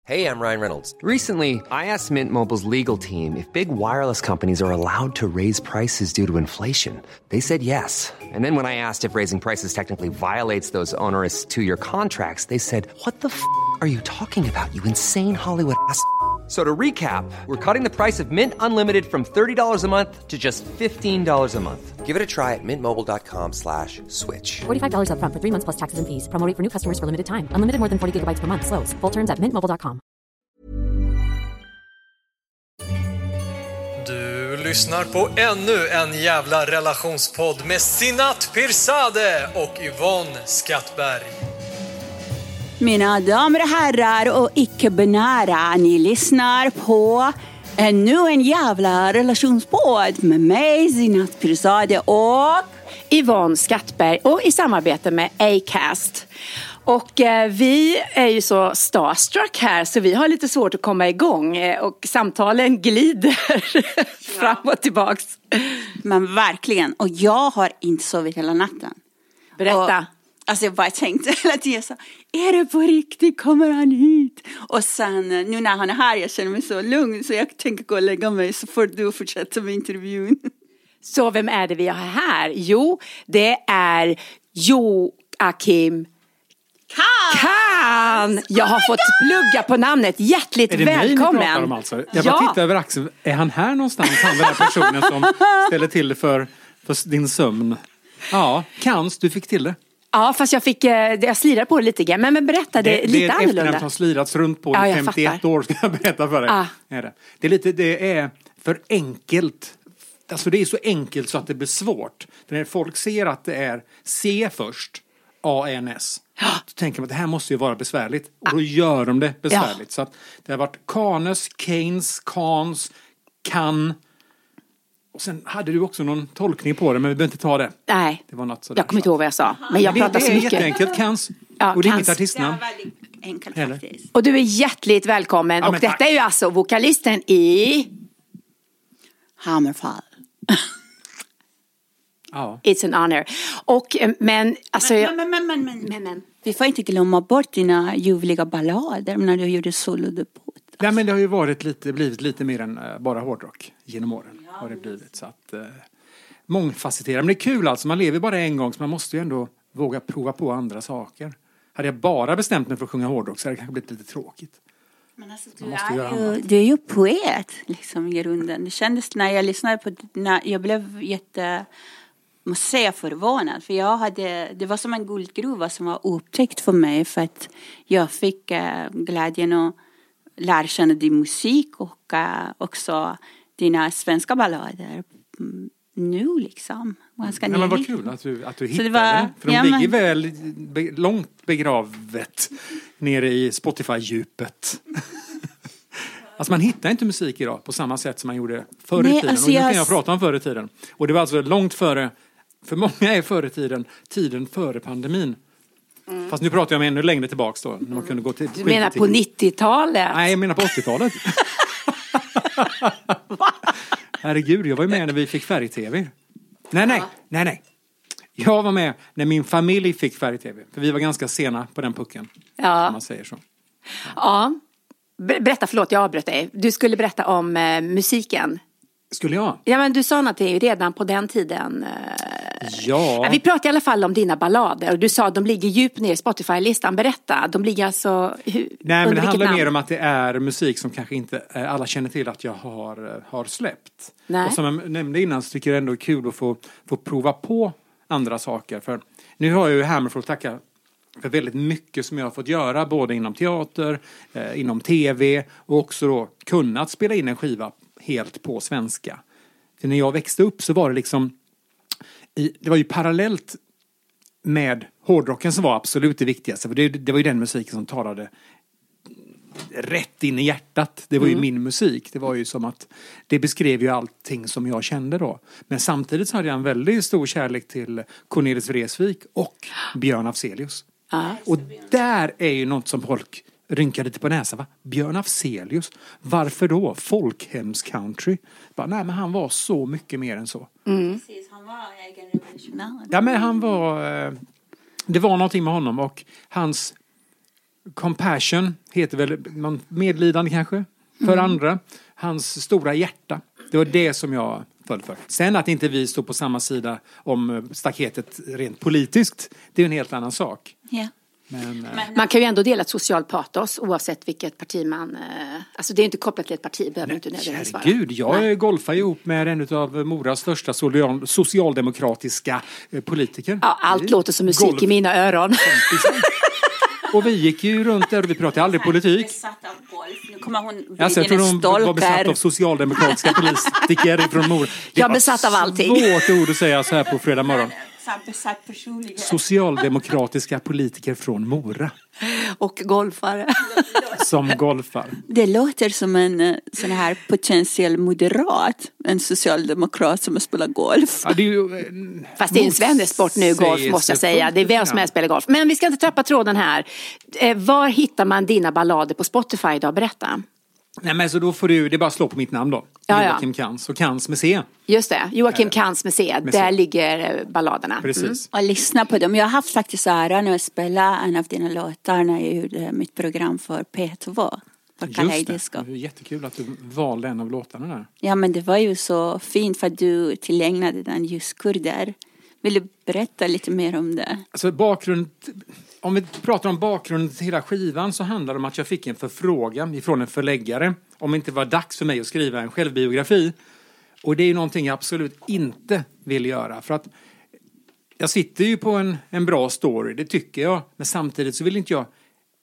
Hey, I'm Ryan Reynolds. Recently, I asked Mint Mobile's legal team if big wireless companies are allowed to raise prices due to inflation. They said yes. And then when I asked if raising prices technically violates those onerous two-year contracts, they said, "What the are you talking about, you insane Hollywood ass?" So to recap, we're cutting the price of Mint Unlimited from $30 a month to just $15 a month. Give it a try at mintmobile.com/switch. $45 up front for 3 months plus taxes and fees. Promo rate for new customers for limited time. Unlimited more than 40 gigabytes per month. Slows full terms at mintmobile.com. Du lyssnar på ännu en jävla relationspodd med Sinat Pirzadeh och Yvonne Skattberg. Mina damer och herrar och icke-binära, ni lyssnar på ännu en jävla relationspodd med mig, Sinat Pirzadeh och Yvonne Skattberg och i samarbete med Acast. Och vi är ju så starstruck här så vi har lite svårt att komma igång och samtalen glider fram och tillbaks. Men verkligen, och jag har inte sovit hela natten. Berätta. Och, alltså jag bara tänkte hela tiden så, är det på riktigt, kommer han hit? Och sen nu när han är här, jag känner mig så lugn så jag tänker gå och lägga mig så får du fortsätta med intervjun. Så vem är det vi har här? Jo, det är Joakim Kahn. Jag har fått plugga på namnet. Hjärtligt välkommen. Är det mig ni alltså? Jag bara tittar över axeln. Är han här någonstans? Han den här personen som ställer till för din sömn. Ja, Kans, du fick till det. Ja, fast jag slirade på det lite grann. Men berätta, det är lite annorlunda. Det är ett som har slirats runt på 51 år, ska jag berätta för dig. Det är för enkelt. Alltså det är så enkelt så att det blir svårt. För när folk ser att det är C först, A-N-S. Då tänker man att det här måste ju vara besvärligt. Och då gör de det besvärligt. Så att det har varit Kanes, Keynes, Kans, kan. Och sen hade du också någon tolkning på det, men vi behöver inte ta det. Nej, det var något sådär. Jag kommer inte ihåg vad jag sa. Men jag pratar så mycket. Det är jätteenkelt, Kans. Och det är mitt artistnamn. Det är väldigt enkelt faktiskt. Och du är hjärtligt välkommen. Och detta är ju alltså vokalisten i Hammerfall. Ja. It's an honor. Och men alltså men vi får inte glömma bort dina ljuvliga ballader när du gjorde solodebut. Nej, men det har ju blivit lite mer än bara hårdrock genom åren har det blivit, så att mångfacetterat. Men det är kul alltså, man lever bara en gång så man måste ju ändå våga prova på andra saker. Hade jag bara bestämt mig för att sjunga hårdrock så hade det kanske blivit lite tråkigt. Men alltså, du är ju poet liksom i grunden. Det kändes när jag lyssnade på jag blev måste säga förvånad, för det var som en guldgruva som var upptäckt för mig, för att jag fick glädjen att lära känna din musik och också dina svenska ballader nu liksom. Ganska men vad kul att du hittade det. För de ligger väl långt begravet nere i Spotify-djupet. Alltså man hittar inte musik idag på samma sätt som man gjorde förr i tiden. Alltså och nu kan jag prata om förr i tiden. Och det var alltså långt före, för många är förr i tiden före pandemin. Mm. Fast nu pratar jag om ännu längre tillbaks då. När man kunde gå till du menar på 90-talet? Nej, jag menar på 80-talet. Herregud, jag var ju med när vi fick färg-tv. Nej. Jag var med när min familj fick färg-tv. För vi var ganska sena på den pucken. Ja. Om man säger så. Ja. Berätta, förlåt, jag avbröt dig. Du skulle berätta om musiken. Skulle jag? Ja, men du sa någonting redan på den tiden. Ja. Vi pratade i alla fall om dina ballader. Och du sa att de ligger djupt ner i Spotify-listan. Berätta, de ligger alltså... Nej, men det handlar mer om att det är musik som kanske inte alla känner till att jag har släppt. Nej. Och som jag nämnde innan så tycker jag ändå är kul att få prova på andra saker. För nu har jag ju Hammerfall att tacka för väldigt mycket som jag har fått göra. Både inom teater, inom tv och också då kunnat spela in en skiva helt på svenska. För när jag växte upp så var det liksom... Det var ju parallellt med hårdrocken som var absolut det viktigaste. För det var ju den musiken som talade rätt in i hjärtat. Det var ju min musik. Det var ju som att det beskrev ju allting som jag kände då. Men samtidigt så hade jag en väldigt stor kärlek till Cornelis Vreeswijk och Björn Afzelius. Och där är ju något som folk rynkade lite på näsan, va? Björn Afzelius. Varför då? Folkhemscountry. Nej, men han var så mycket mer än så. Precis, han var egen revolutionär. Ja, men han var... det var någonting med honom och hans compassion heter väl medlidande kanske för andra. Hans stora hjärta. Det var det som jag föll för. Sen att inte vi står på samma sida om staketet rent politiskt, det är en helt annan sak. Ja. Men man kan ju ändå dela ett social patos oavsett vilket parti man... Alltså det är inte kopplat till ett parti, behöver inte nödvändigtvis vara. Gud, jag golfar ihop med en av Moras största socialdemokratiska politiker. Ja, allt låter som musik i mina öron. Och vi gick ju runt där och vi pratade aldrig politik. Besatt av golf. Nu kommer hon bli jag tror hon var besatt av socialdemokratiska politiker från Mora. Jag är besatt av allting. Svårt ord att säga så här på fredag morgon. Besatt personlighet. Socialdemokratiska politiker från Mora. Och golfare. Som golfar. Det låter som en sån här potentiell moderat. En socialdemokrat som spelar golf. Ja, det är ju, fast det är en svensk nu, golf, måste jag säga. Det är vem som helst spelar golf. Men vi ska inte tappa tråden här. Var hittar man dina ballader på Spotify idag? Berätta. Nej, men så då får du, det är bara att slå på mitt namn då. Joakim Kans och Kans med C. Just det, Joakim Kans med C. Där ligger balladerna. Precis. Och lyssna på dem. Jag har haft faktiskt äran att spela en av dina låtar när jag gjorde mitt program för P2. Just det, det är jättekul att du valde en av låtarna där. Ja, men det var ju så fint för att du tillägnade den just kurder. Vill du berätta lite mer om det? Alltså om vi pratar om bakgrunden till hela skivan så handlar det om att jag fick en förfrågan ifrån en förläggare om det inte var dags för mig att skriva en självbiografi. Och det är ju någonting jag absolut inte vill göra. För att jag sitter ju på en bra story, det tycker jag. Men samtidigt så vill inte jag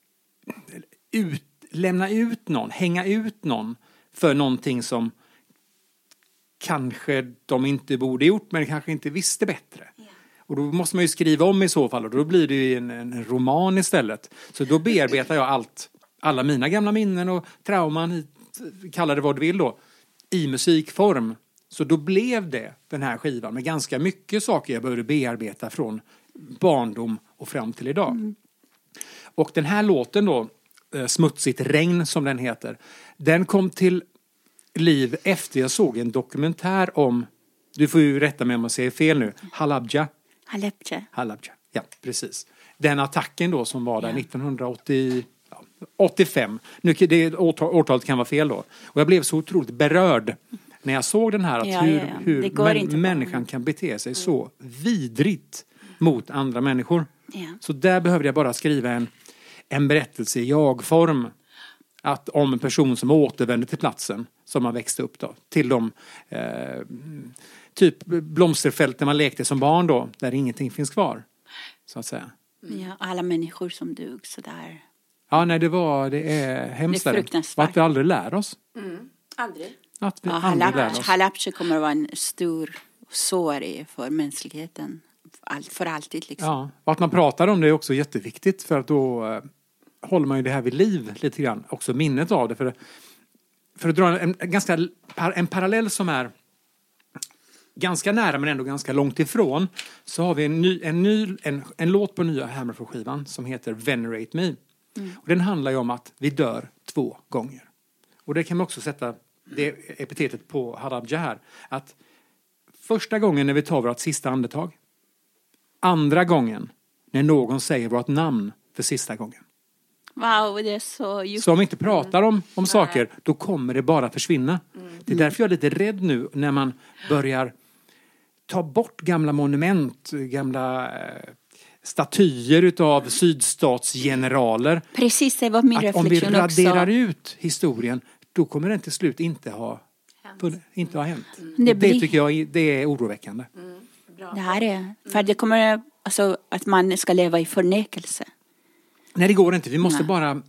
hänga ut någon för någonting som kanske de inte borde gjort men kanske inte visste bättre. Och då måste man ju skriva om i så fall och då blir det ju en roman istället. Så då bearbetar jag alla mina gamla minnen och trauman, kalla det vad du vill då, i musikform. Så då blev det den här skivan med ganska mycket saker jag behövde bearbeta från barndom och fram till idag. Mm. Och den här låten då, Smutsigt regn som den heter, den kom till liv efter jag såg en dokumentär om, du får ju rätta mig om jag säger fel nu, Halabja, ja precis. Den attacken då som var där 1985. Nu årtalet kan vara fel då. Och jag blev så otroligt berörd när jag såg den här att hur människan kan bete sig så vidrigt mot andra människor. Ja. Så där behövde jag bara skriva en berättelse i jag-form om en person som återvänder till platsen som man växte upp då, till de typ blomsterfälten man lekte som barn då, där ingenting finns kvar, så att säga. Ja, alla människor som dog sådär. Ja, nej, det är hemskt. Det är fruktansvärt. Att vi aldrig lär oss. Aldrig. Att vi aldrig lär oss. Halabja kommer att vara en stor sår för mänskligheten. För alltid liksom. Ja, och att man pratar om det är också jätteviktigt för att då håller man ju det här vid liv lite grann. Också minnet av det. För att dra en parallell som är ganska nära men ändå ganska långt ifrån, så har vi en låt på nya Hammerfall-skivan som heter Venerate Me. Och den handlar ju om att vi dör 2 gånger. Och det kan man också sätta det epitetet på Halabja här. Att första gången när vi tar vårt sista andetag. Andra gången när någon säger vårt namn för sista gången. Wow, det är så djupt. Så om vi inte pratar om saker, då kommer det bara försvinna. Det är därför jag är lite rädd nu när man börjar ta bort gamla monument, gamla statyer utav sydstatsgeneraler. Precis, det var min reflektion också. Om vi raderar ut historien, då kommer den till slut inte ha hänt. Det tycker jag det är oroväckande. Det här är, för det kommer alltså att man ska leva i förnekelse. Nej, det går inte. Vi måste bara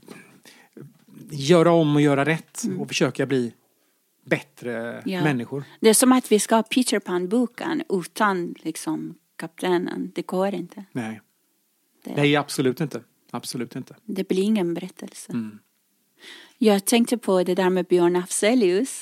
göra om och göra rätt och försöka bli bättre människor. Det är som att vi ska ha Peter Pan-boken utan liksom kaptenen. Det går inte. Nej. Nej, absolut inte. Absolut inte. Det blir ingen berättelse. Jag tänkte på det där med Björn Afzelius.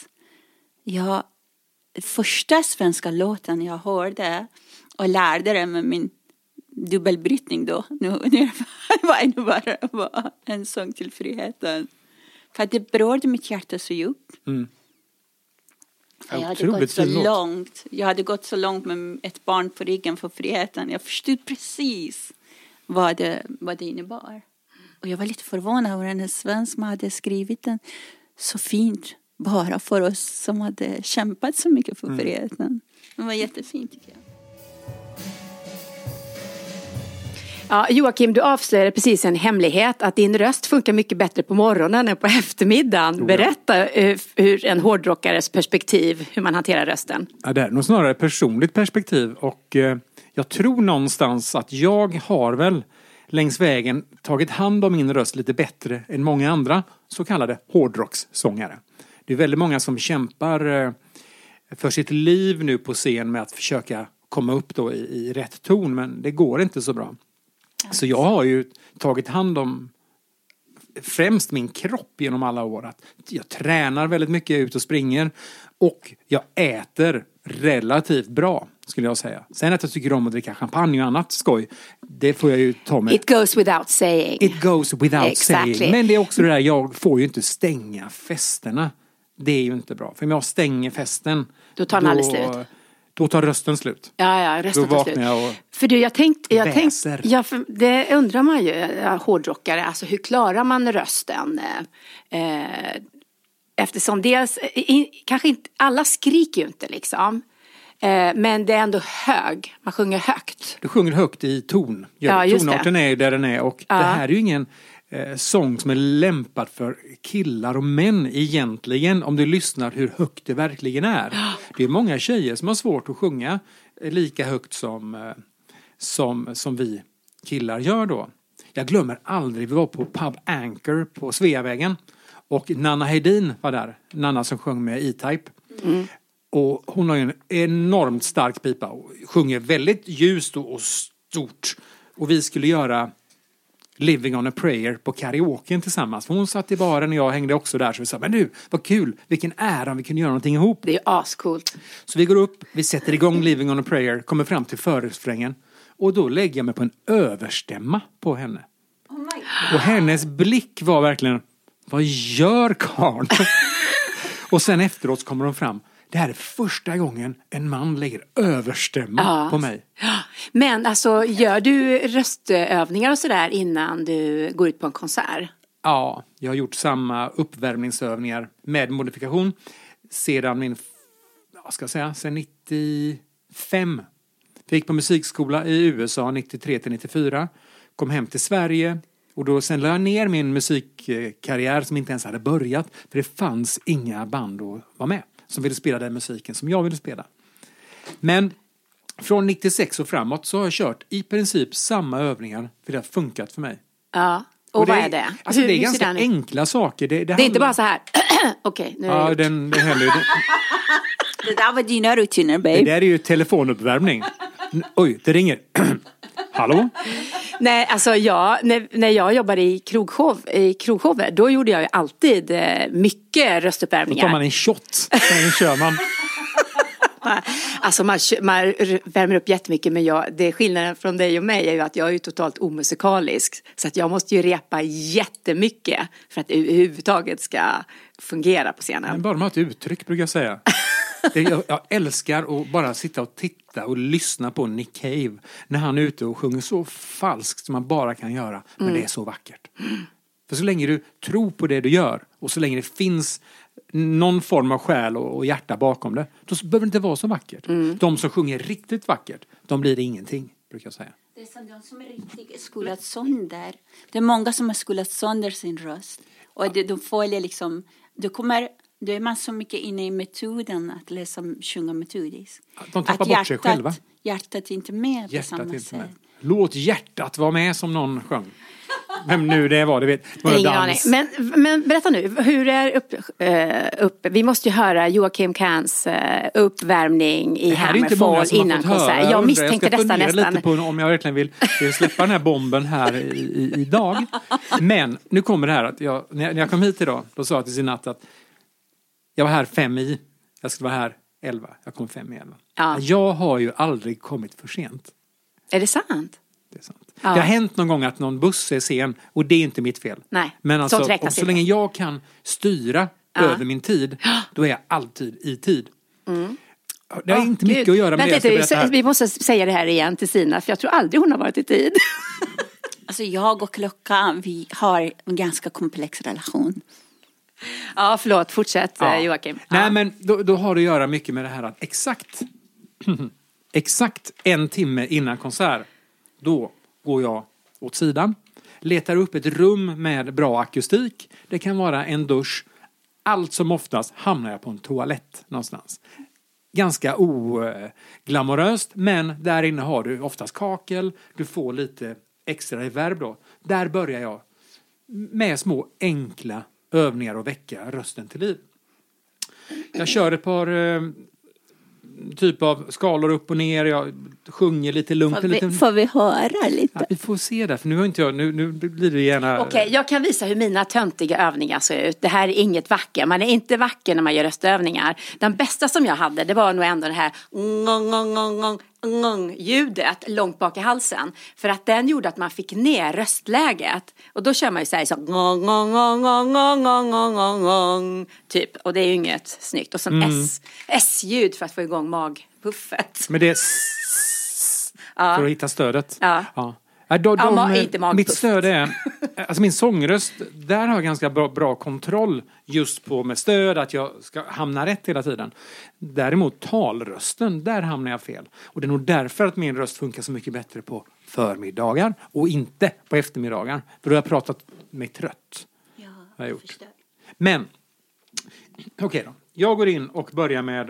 Första svenska låten jag hörde och lärde det med min dubbelbrytning då. Nu var det bara en sång till friheten. För att det berörde mitt hjärta så djupt. Jag hade gått så långt med ett barn på ryggen för friheten. Jag förstod precis vad det innebar. Och jag var lite förvånad över en svensk som hade skrivit den så fint. Bara för oss som hade kämpat så mycket för friheten. Det var jättefint tycker jag. Ja, Joakim, du avslöjade precis en hemlighet. Att din röst funkar mycket bättre på morgonen än på eftermiddagen. Berätta hur en hårdrockares perspektiv, hur man hanterar rösten. Ja, det är nog snarare ett personligt perspektiv. Och jag tror någonstans att jag har väl längs vägen tagit hand om min röst lite bättre än många andra så kallade hårdrockssångare. Det är väldigt många som kämpar för sitt liv nu på scen med att försöka komma upp då i rätt ton, men det går inte så bra. Så jag har ju tagit hand om främst min kropp genom alla år. Att jag tränar väldigt mycket, ut och springer och jag äter relativt bra skulle jag säga. Sen att jag tycker om att dricka champagne och annat skoj, det får jag ju ta med. It goes without saying. It goes without saying. Men det är också det där, jag får ju inte stänga festerna. Det är ju inte bra. För om jag stänger festen, då tar den aldrig slut. Då tar rösten slut. Ja, rösten tar slut. Jag för du, jag tänkte, för det undrar man ju, hårdrockare, alltså hur klarar man rösten? Eftersom dels, kanske inte, alla skriker ju inte liksom. Men det är ändå hög, man sjunger högt. Du sjunger högt i ton. Ja, just tonarten det. är där den är och det här är ju ingen sång som är lämpad för killar och män egentligen, om du lyssnar hur högt det verkligen är. Det är många tjejer som har svårt att sjunga lika högt som vi killar gör då. Jag glömmer aldrig, vi var på Pub Anchor på Sveavägen och Nanna Hedin var där. Nanna som sjöng med E-Type. Och hon har ju en enormt stark pipa och sjunger väldigt ljust och stort. Och vi skulle göra Living on a Prayer på karaoke tillsammans. Hon satt i baren och jag hängde också där. Så vi sa, men du, vad kul. Vilken ära om vi kunde göra någonting ihop. Det är ascoolt. Så vi går upp, vi sätter igång Living on a Prayer, kommer fram till förrefrängen. Och då lägger jag mig på en överstämma på henne. Oh my God. Och hennes blick var verkligen, vad gör karln? Och sen efteråt kommer de fram. Det här är första gången en man lägger överstämma på mig. Men alltså, gör du röstövningar och sådär innan du går ut på en konsert? Ja, jag har gjort samma uppvärmningsövningar med modifikation sedan sedan 95. Jag gick på musikskola i USA 93-94. Kom hem till Sverige. Och då sen la jag ner min musikkarriär som inte ens hade börjat. För det fanns inga band att vara med som ville spela den musiken som jag ville spela. Men från 96 och framåt så har jag kört i princip samma övningar för det har funkat för mig. Ja, och vad är det? Alltså det är ganska enkla saker. Det är inte bara så här, okej, nu är det gjort. Det händer ju. Det där var dina rutiner, babe. Det där är ju telefonuppvärmning. Oj, det ringer. Hallå? Nej, alltså när jag jobbade i krogshower, då gjorde jag ju alltid mycket röstuppvärmningar. Då tar man en shot, sen kör man. Alltså man värmer upp jättemycket, men det skillnaden från dig och mig är ju att jag är ju totalt omusikalisk. Så att jag måste ju repa jättemycket för att det överhuvudtaget ska fungera på scenen. Men bara med ett uttryck brukar jag säga. Jag älskar att bara sitta och titta och lyssna på Nick Cave när han är ute och sjunger så falskt som man bara kan göra. Men det är så vackert. För så länge du tror på det du gör och så länge det finns någon form av själ och hjärta bakom det, då behöver det inte vara så vackert. De som sjunger riktigt vackert, de blir ingenting, brukar jag säga. Det är de som är riktigt skolat sönder. Det är många som har skolat sönder sin röst. Och de följer liksom, då är man så mycket inne i metoden att sjunga metodiskt. De tappar bort sig själva. Hjärtat är inte med på samma sätt. Med. Låt hjärtat vara med som någon sjöng. Vem nu det var, det vet. Ingen aning. Men berätta nu, hur är upp? Vi måste ju höra Joakim Kahns uppvärmning i Hammerfall innan konsert. Jag misstänkte nästan. Lite på om jag verkligen vill släppa den här bomben här idag. Men nu kommer det här att när jag kom hit idag, då sa jag till sin natt att jag var här 5 i. Jag skulle vara här 11. Jag kom 5 i 11. Ja. Jag har ju aldrig kommit för sent. Är det sant? Det är sant. Ja. Det har hänt någon gång att någon buss är sen och det är inte mitt fel. Nej, men alltså, så länge jag kan styra över min tid, då är jag alltid i tid. Det har inte mycket att göra med det. Vi måste säga det här igen till Sina, för jag tror aldrig hon har varit i tid. Alltså jag och klockan, vi har en ganska komplex relation. Ja, förlåt. Fortsätt, Joakim. Nej, men då har det att göra mycket med det här att exakt 1 timme innan konsert, då går jag åt sidan. Letar upp ett rum med bra akustik. Det kan vara en dusch. Allt som oftast hamnar jag på en toalett någonstans. Ganska oglamoröst, men där inne har du oftast kakel. Du får lite extra reverb då. Där börjar jag med små enkla övningar och väcka rösten till liv. Jag kör ett par typ av skalor upp och ner. Jag sjunger lite lugnt. Får vi höra lite? Ja, vi får se där, för nu har inte jag... Nu blir det gärna... Okej, jag kan visa hur mina töntiga övningar ser ut. Det här är inget vacker. Man är inte vacker när man gör röstövningar. Den bästa som jag hade, det var nog ändå det här ljudet långt bak i halsen. För att den gjorde att man fick ner röstläget. Och då kör man ju så här typ. Och det är ju inget snyggt. Och sen S-ljud för att få igång magpuffet. Men det är för att hitta stödet. Ja. Inte mitt stöd är, alltså min sångröst, där har jag ganska bra kontroll just på med stöd, att jag ska hamna rätt hela tiden. Däremot talrösten, där hamnar jag fel. Och det är nog därför att min röst funkar så mycket bättre på förmiddagar och inte på eftermiddagar. För då har jag pratat mig trött. Ja, har jag gjort. Men, okej då. Jag går in och börjar med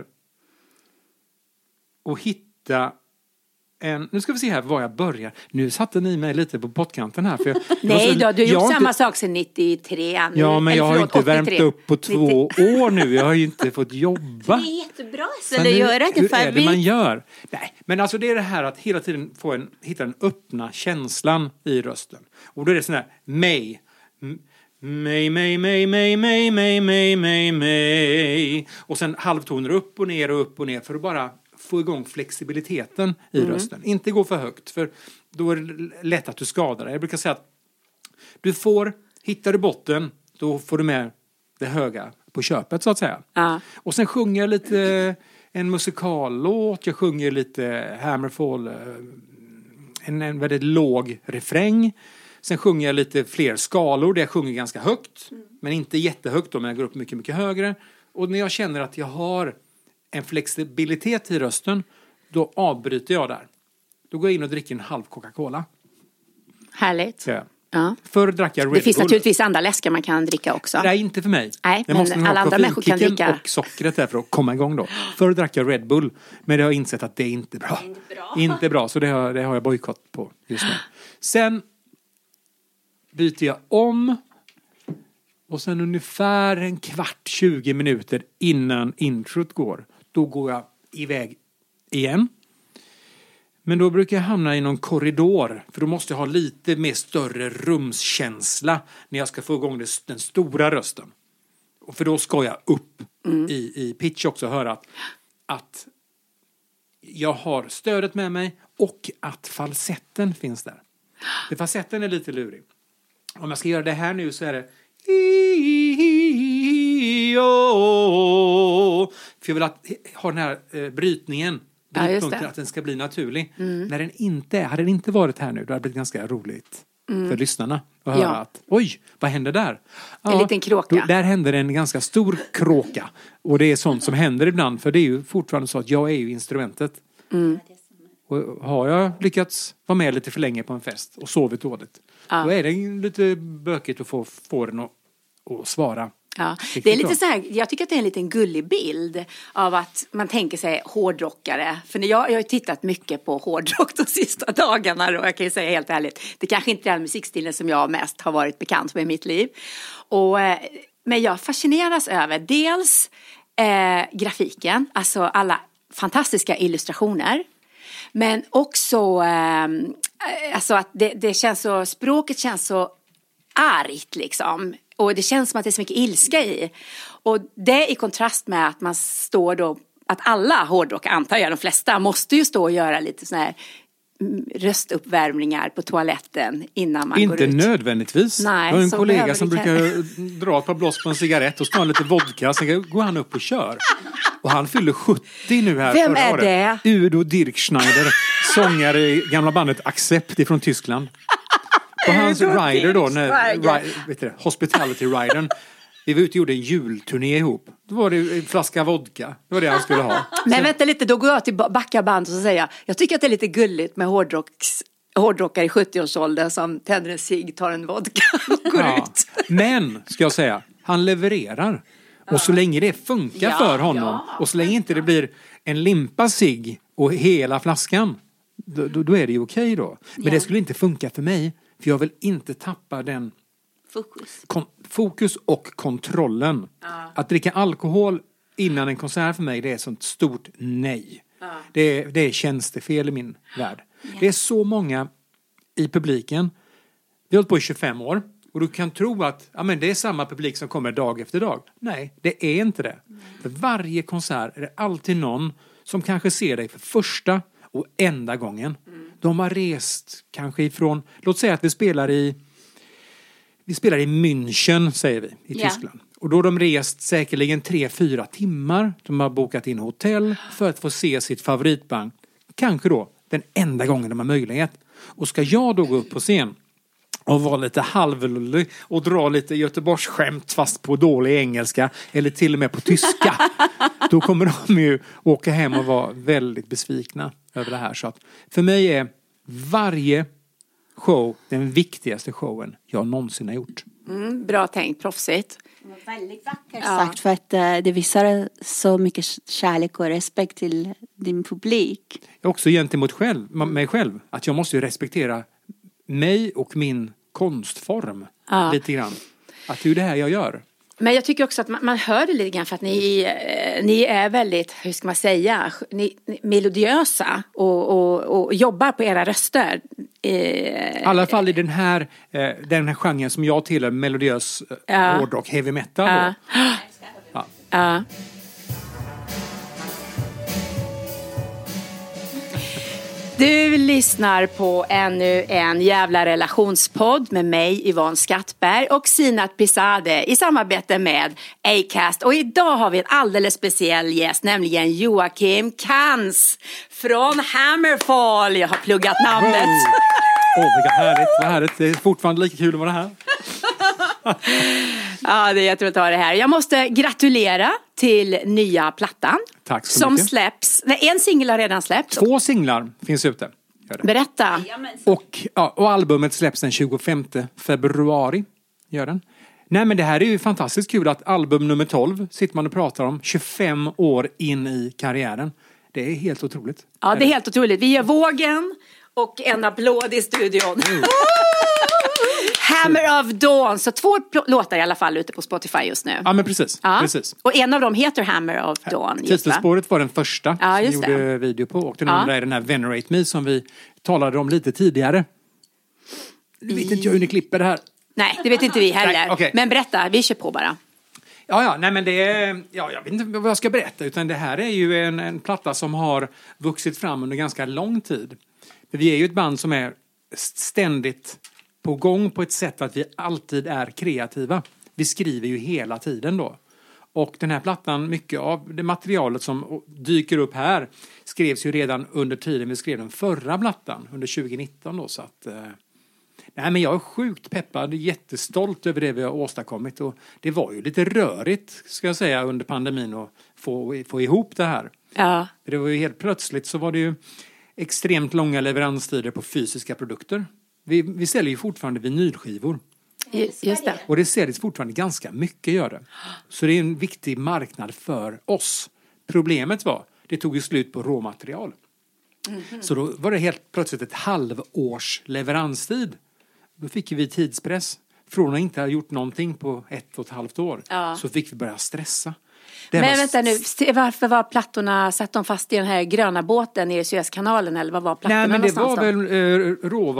att hitta nu ska vi se här var jag börjar. Nu satte ni mig lite på pottkanten här. För nej då, du har gjort samma sak sedan 93. Nu, ja, men jag har inte 83. Värmt upp på 2 år nu. Jag har ju inte fått jobba. Det är jättebra så du gör det. Hur är det man gör? Nej, men alltså det är det här att hela tiden hitta den öppna känslan i rösten. Och då är det sån här mig. Mig. Och sen halvtoner upp och ner för att bara få igång flexibiliteten i rösten. Inte gå för högt, för då är det lätt att du skadar dig. Jag brukar säga att hittar du botten, då får du med det höga på köpet så att säga. Och sen sjunger jag lite en musikallåt, jag sjunger lite Hammerfall, en väldigt låg refräng. Sen sjunger jag lite fler skalor där jag sjunger ganska högt, men inte jättehögt då, men jag går upp mycket, mycket högre. Och när jag känner att jag har en flexibilitet i rösten, då avbryter jag där. Då går jag in och dricker en halv Coca-Cola. Härligt. Ja. Förr drack jag Red Bull. Det finns naturligtvis andra läskar man kan dricka också. Nej, inte för mig. Nej, jag måste alla andra människor kan dricka. Och sockret där för att komma igång då. Förr drack jag Red Bull, men det har jag insett att det är inte bra. Inte bra, så det har jag bojkott på just nu. Sen byter jag om. Och sen ungefär 15-20 minuter innan introt går, då går jag iväg igen. Men då brukar jag hamna i någon korridor, för då måste jag ha lite mer större rumskänsla när jag ska få igång den stora rösten. Och för då ska jag upp i pitch också, höra att jag har stödet med mig och att falsetten finns där. För falsetten är lite lurig. Om jag ska göra det här nu så är det för jag vill ha den här brytningen, att den ska bli naturlig. När den inte hade den inte varit här nu, då hade det blivit ganska roligt för lyssnarna att höra att oj, vad händer där? En liten kråka. Där händer en ganska stor kråka. Och det är sånt som händer ibland, för det är ju fortfarande så att jag är ju instrumentet. Och har jag lyckats vara med lite för länge på en fest och sovit dåligt, då är det lite bökigt att få den att svara. Ja, det är lite så här, jag tycker att det är en liten gullig bild av att man tänker sig hårdrockare. För jag har ju tittat mycket på hårdrock de sista dagarna, och jag kan ju säga helt ärligt, det kanske inte är den musikstilen som jag mest har varit bekant med i mitt liv. Men jag fascineras över dels grafiken, alltså alla fantastiska illustrationer. Men också alltså att det känns så, språket känns så argt liksom. Och det känns som att det är så mycket ilska i. Och det i kontrast med att man står då, att alla hårdrockare, antar jag de flesta, måste ju stå och göra lite sån här röstuppvärmningar på toaletten innan man går ut. Inte nödvändigtvis. Nej, jag har en kollega som brukar dra ett par blås på en cigarett och stå lite vodka, sen går han upp och kör. Och han fyller 70 nu här. Vem är det? Udo Dirkschneider, sångare i gamla bandet Accept ifrån Tyskland. på hans rider då, hospitality-ridern. Vi var ute och gjorde en julturné ihop. Då var det en flaska vodka. Det var det han skulle ha. Men vänta lite, då går jag till backabandet och så säger jag tycker att det är lite gulligt med hårdrockare i 70-årsåldern som tänder en cigg, tar en vodka och går ut. Men, ska jag säga, han levererar. Och så länge det funkar för honom och så länge inte det blir en limpa cigg och hela flaskan, då är det ju okej då. Men det skulle inte funka för mig, för jag vill inte tappa den fokus och kontrollen. Att dricka alkohol innan en konsert för mig, det är ett sånt stort nej. Det är tjänstefel i min värld. Det är så många i publiken. Vi har hållit på i 25 år. Och du kan tro att det är samma publik som kommer dag efter dag. Nej, det är inte det. För varje konsert är det alltid någon som kanske ser dig för första och enda gången. De har rest kanske ifrån, låt säga att vi spelar i München, säger vi, i Tyskland. Och då har de rest säkerligen 3-4 timmar. De har bokat in hotell för att få se sitt favoritband. Kanske då den enda gången de har möjlighet. Och ska jag då gå upp på scen och vara lite halvlullig och dra lite Göteborgsskämt fast på dålig engelska eller till och med på tyska, då kommer de ju åka hem och vara väldigt besvikna över det här. Så att för mig är varje show den viktigaste showen jag någonsin har gjort. Bra tänkt, proffsigt. Det var väldigt vackert sagt, för att det visar så mycket kärlek och respekt till din publik. Också gentemot mig själv, att jag måste ju respektera mig och min konstform lite grann. Att det är det här jag gör. Men jag tycker också att man hör det lite grann för att ni är väldigt, hur ska man säga, melodiösa och jobbar på era röster. I alla fall i den här genren som jag tillhör, melodiös hårdrock, heavy metal. Ja. Du lyssnar på ännu en jävla relationspodd med mig, Yvonne Skattberg, och Sinat Pirzadeh i samarbete med Acast. Och idag har vi en alldeles speciell gäst, nämligen Joakim Kans från Hammerfall. Jag har pluggat namnet. Vad härligt. Det är fortfarande lika kul att vara här. Ja, det är jätteroligt att ha det här. Jag måste gratulera till nya plattan. Tack så som mycket. Släpps. Nej, en singel har redan släppts. 2 singlar finns ute. Berätta. Och albumet släpps den 25 februari. Gör den. Nej, men det här är ju fantastiskt kul att album nummer 12 sitter man och pratar om 25 år in i karriären. Det är helt otroligt. Ja, det är helt otroligt. Vi gör vågen och en applåd i studion. Hammer of Dawn. Så 2 låtar i alla fall ute på Spotify just nu. Ja, men precis. Och en av dem heter Hammer of Dawn. Titelspåret var den första som vi gjorde video på. Och den andra är den här Venerate Me som vi talade om lite tidigare. Nu vet inte jag hur ni klipper det här. Nej, det vet inte vi heller. Nej, okay. Men berätta, vi kör på bara. Nej, men det är, jag vet inte vad jag ska berätta, utan det här är ju en platta som har vuxit fram under ganska lång tid. För vi är ju ett band som är ständigt på gång på ett sätt att vi alltid är kreativa. Vi skriver ju hela tiden då. Och den här plattan, mycket av det materialet som dyker upp här skrevs ju redan under tiden vi skrev den förra plattan, under 2019 då. Så att, nej, men jag är sjukt peppad, jättestolt över det vi har åstadkommit. Och det var ju lite rörigt, ska jag säga, under pandemin att få ihop det här. Ja. Det var ju helt plötsligt så var det ju extremt långa leveranstider på fysiska produkter. Vi säljer ju fortfarande vinylskivor. Just det. Och det säljs fortfarande ganska mycket, gör det. Så det är en viktig marknad för oss. Problemet var, det tog ju slut på råmaterial. Mm-hmm. Så då var det helt plötsligt ett halvårs leveranstid. Då fick vi tidspress. Från att inte ha gjort någonting på 1,5 år. Ja. Så fick vi börja stressa. Men vänta nu, varför var plattorna, satt de fast i den här gröna båten i Suezkanalen, eller vad var plattorna? Nej, men det var väl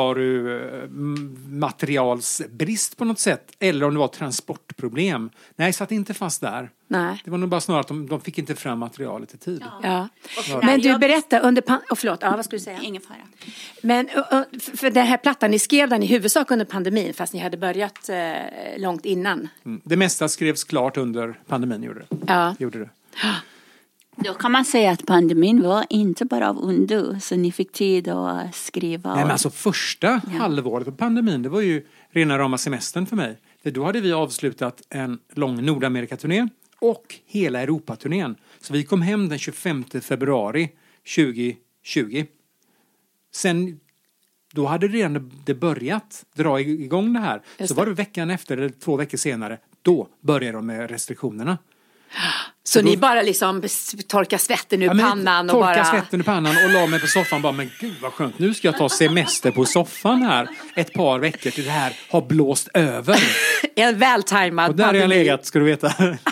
råvarumaterialsbrist på något sätt, eller om det var transportproblem. Nej, satt inte fast där. Nej. Det var nog bara snarare att de fick inte fram materialet i tid. Ja. Men du, berätta under förlåt, vad skulle du säga? Ingen fara. Men för den här plattan, ni skrev den i huvudsak under pandemin, fast ni hade börjat långt innan. Det mesta skrevs klart under pandemin, gjorde det. Ja. Gjorde det. Då kan man säga att pandemin var inte bara av ondo, så ni fick tid att skriva. Nej, men alltså första halvåret på pandemin, det var ju rena rama semestern för mig. För då hade vi avslutat en lång Nordamerikaturné och hela Europaturnén. Så vi kom hem den 25 februari 2020. Sen, då hade det börjat dra igång det här. Så var det veckan efter, eller 2 veckor senare, då började de med restriktionerna. Så ni bara liksom torkar svetten ur pannan och bara... Torkar svetten ur pannan och la mig på soffan bara, men gud vad skönt, nu ska jag ta semester på soffan här ett par veckor till det här har blåst över. En vältajmad och där har jag legat, ska du veta.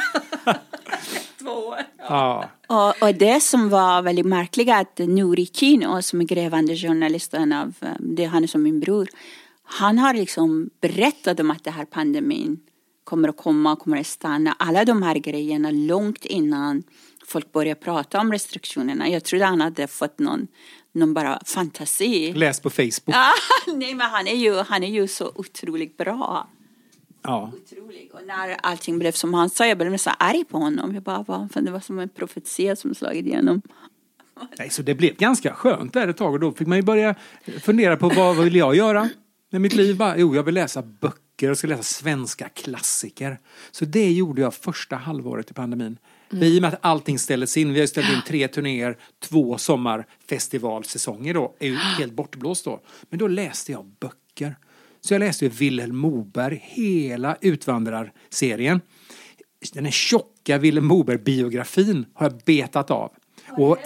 2 år. Ja. Och det som var väldigt märkligt att Nuri Kino, som är grävande journalisten av, det han är som min bror, han har liksom berättat om att det här pandemin kommer att stanna. Alla de här grejerna långt innan folk började prata om restriktionerna. Jag trodde han hade fått någon bara fantasi. Läs på Facebook. Nej, men han är ju så otroligt bra. Ja. Otrolig. Och när allting blev som han sa, jag blev så arg på honom. Jag bara, för det var som en profetia som slagit igenom. Nej, så det blev ganska skönt där ett tag. Och då fick man ju börja fundera på vad vill jag göra med mitt liv. Jag vill läsa böcker och ska läsa svenska klassiker. Så det gjorde jag första halvåret i pandemin. I och med att allting ställdes in. Vi har ställt in 3 turnéer, 2 sommarfestivalsäsonger då. Är ju helt bortblåst då. Men då läste jag böcker. Så jag läste Vilhelm Moberg, hela Utvandrarserien. Den här tjocka Vilhelm Moberg-biografin har jag betat av. Och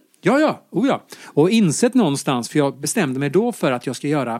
och insett någonstans, för jag bestämde mig då för att jag ska göra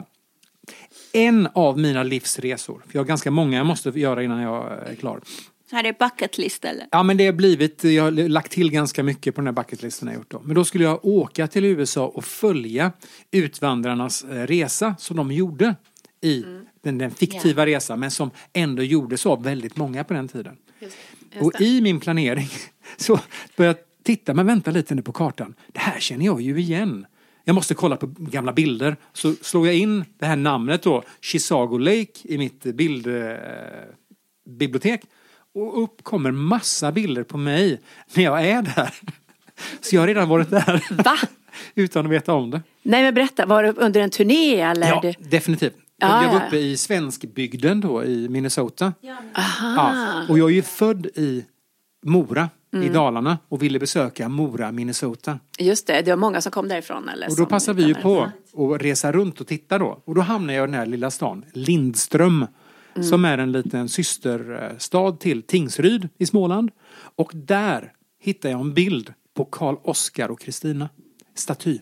en av mina livsresor. För jag har ganska många jag måste göra innan jag är klar. Så här är bucketlist eller? Ja, men det har blivit, jag har lagt till ganska mycket på den här bucketlisten jag gjort då. Men då skulle jag åka till USA och följa Utvandrarnas resa som de gjorde i den fiktiva resan, men som ändå gjordes av väldigt många på den tiden. Just och i min planering så började jag titta, men vänta lite nu på kartan. Det här känner jag ju igen. Jag måste kolla på gamla bilder. Så slog jag in det här namnet då, Chisago Lake, i mitt bildbibliotek. Och upp kommer massa bilder på mig när jag är där. Så jag har redan varit där. Va? Utan att veta om det. Nej, men berätta, var det under en turné eller? Ja, definitivt. Jag var uppe i Svenskbygden då i Minnesota. Ja, och jag är ju född i Mora i Dalarna och ville besöka Mora, Minnesota. Just det var många som kom därifrån. Eller och då passade vi ju på att resa runt och titta då. Och då hamnade jag i den här lilla stan, Lindström, som är en liten systerstad till Tingsryd i Småland. Och där hittade jag en bild på Karl Oskar och Kristina. Staty.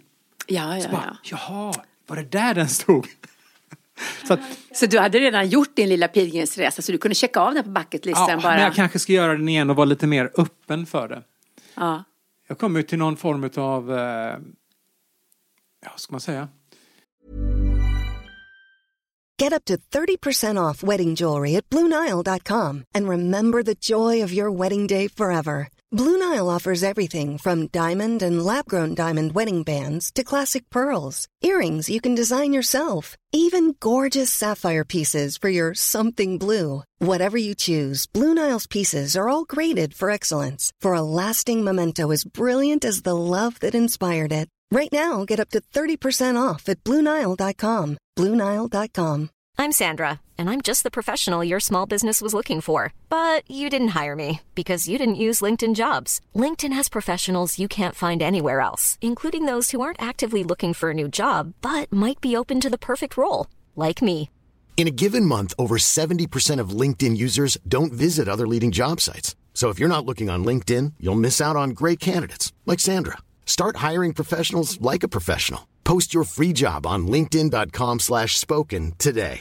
Jaha, var det där den stod? Så du hade redan gjort din lilla pilgrimsresa, så du kunde checka av den på bucketlisten bara. Men jag kanske ska göra den igen och vara lite mer öppen för det. Ja. Jag kommer till någon form av, ska man säga? Get up to 30% off wedding jewelry at BlueNile.com and remember the joy of your wedding day forever. Blue Nile offers everything from diamond and lab-grown diamond wedding bands to classic pearls, earrings you can design yourself, even gorgeous sapphire pieces for your something blue. Whatever you choose, Blue Nile's pieces are all graded for excellence, for a lasting memento as brilliant as the love that inspired it. Right now, get up to 30% off at BlueNile.com. BlueNile.com. I'm Sandra, and I'm just the professional your small business was looking for. But you didn't hire me because you didn't use LinkedIn Jobs. LinkedIn has professionals you can't find anywhere else, including those who aren't actively looking for a new job, but might be open to the perfect role, like me. In a given month, over 70% of LinkedIn users don't visit other leading job sites. So if you're not looking on LinkedIn, you'll miss out on great candidates, like Sandra. Start hiring professionals like a professional. Post your free job on linkedin.com/spoken today.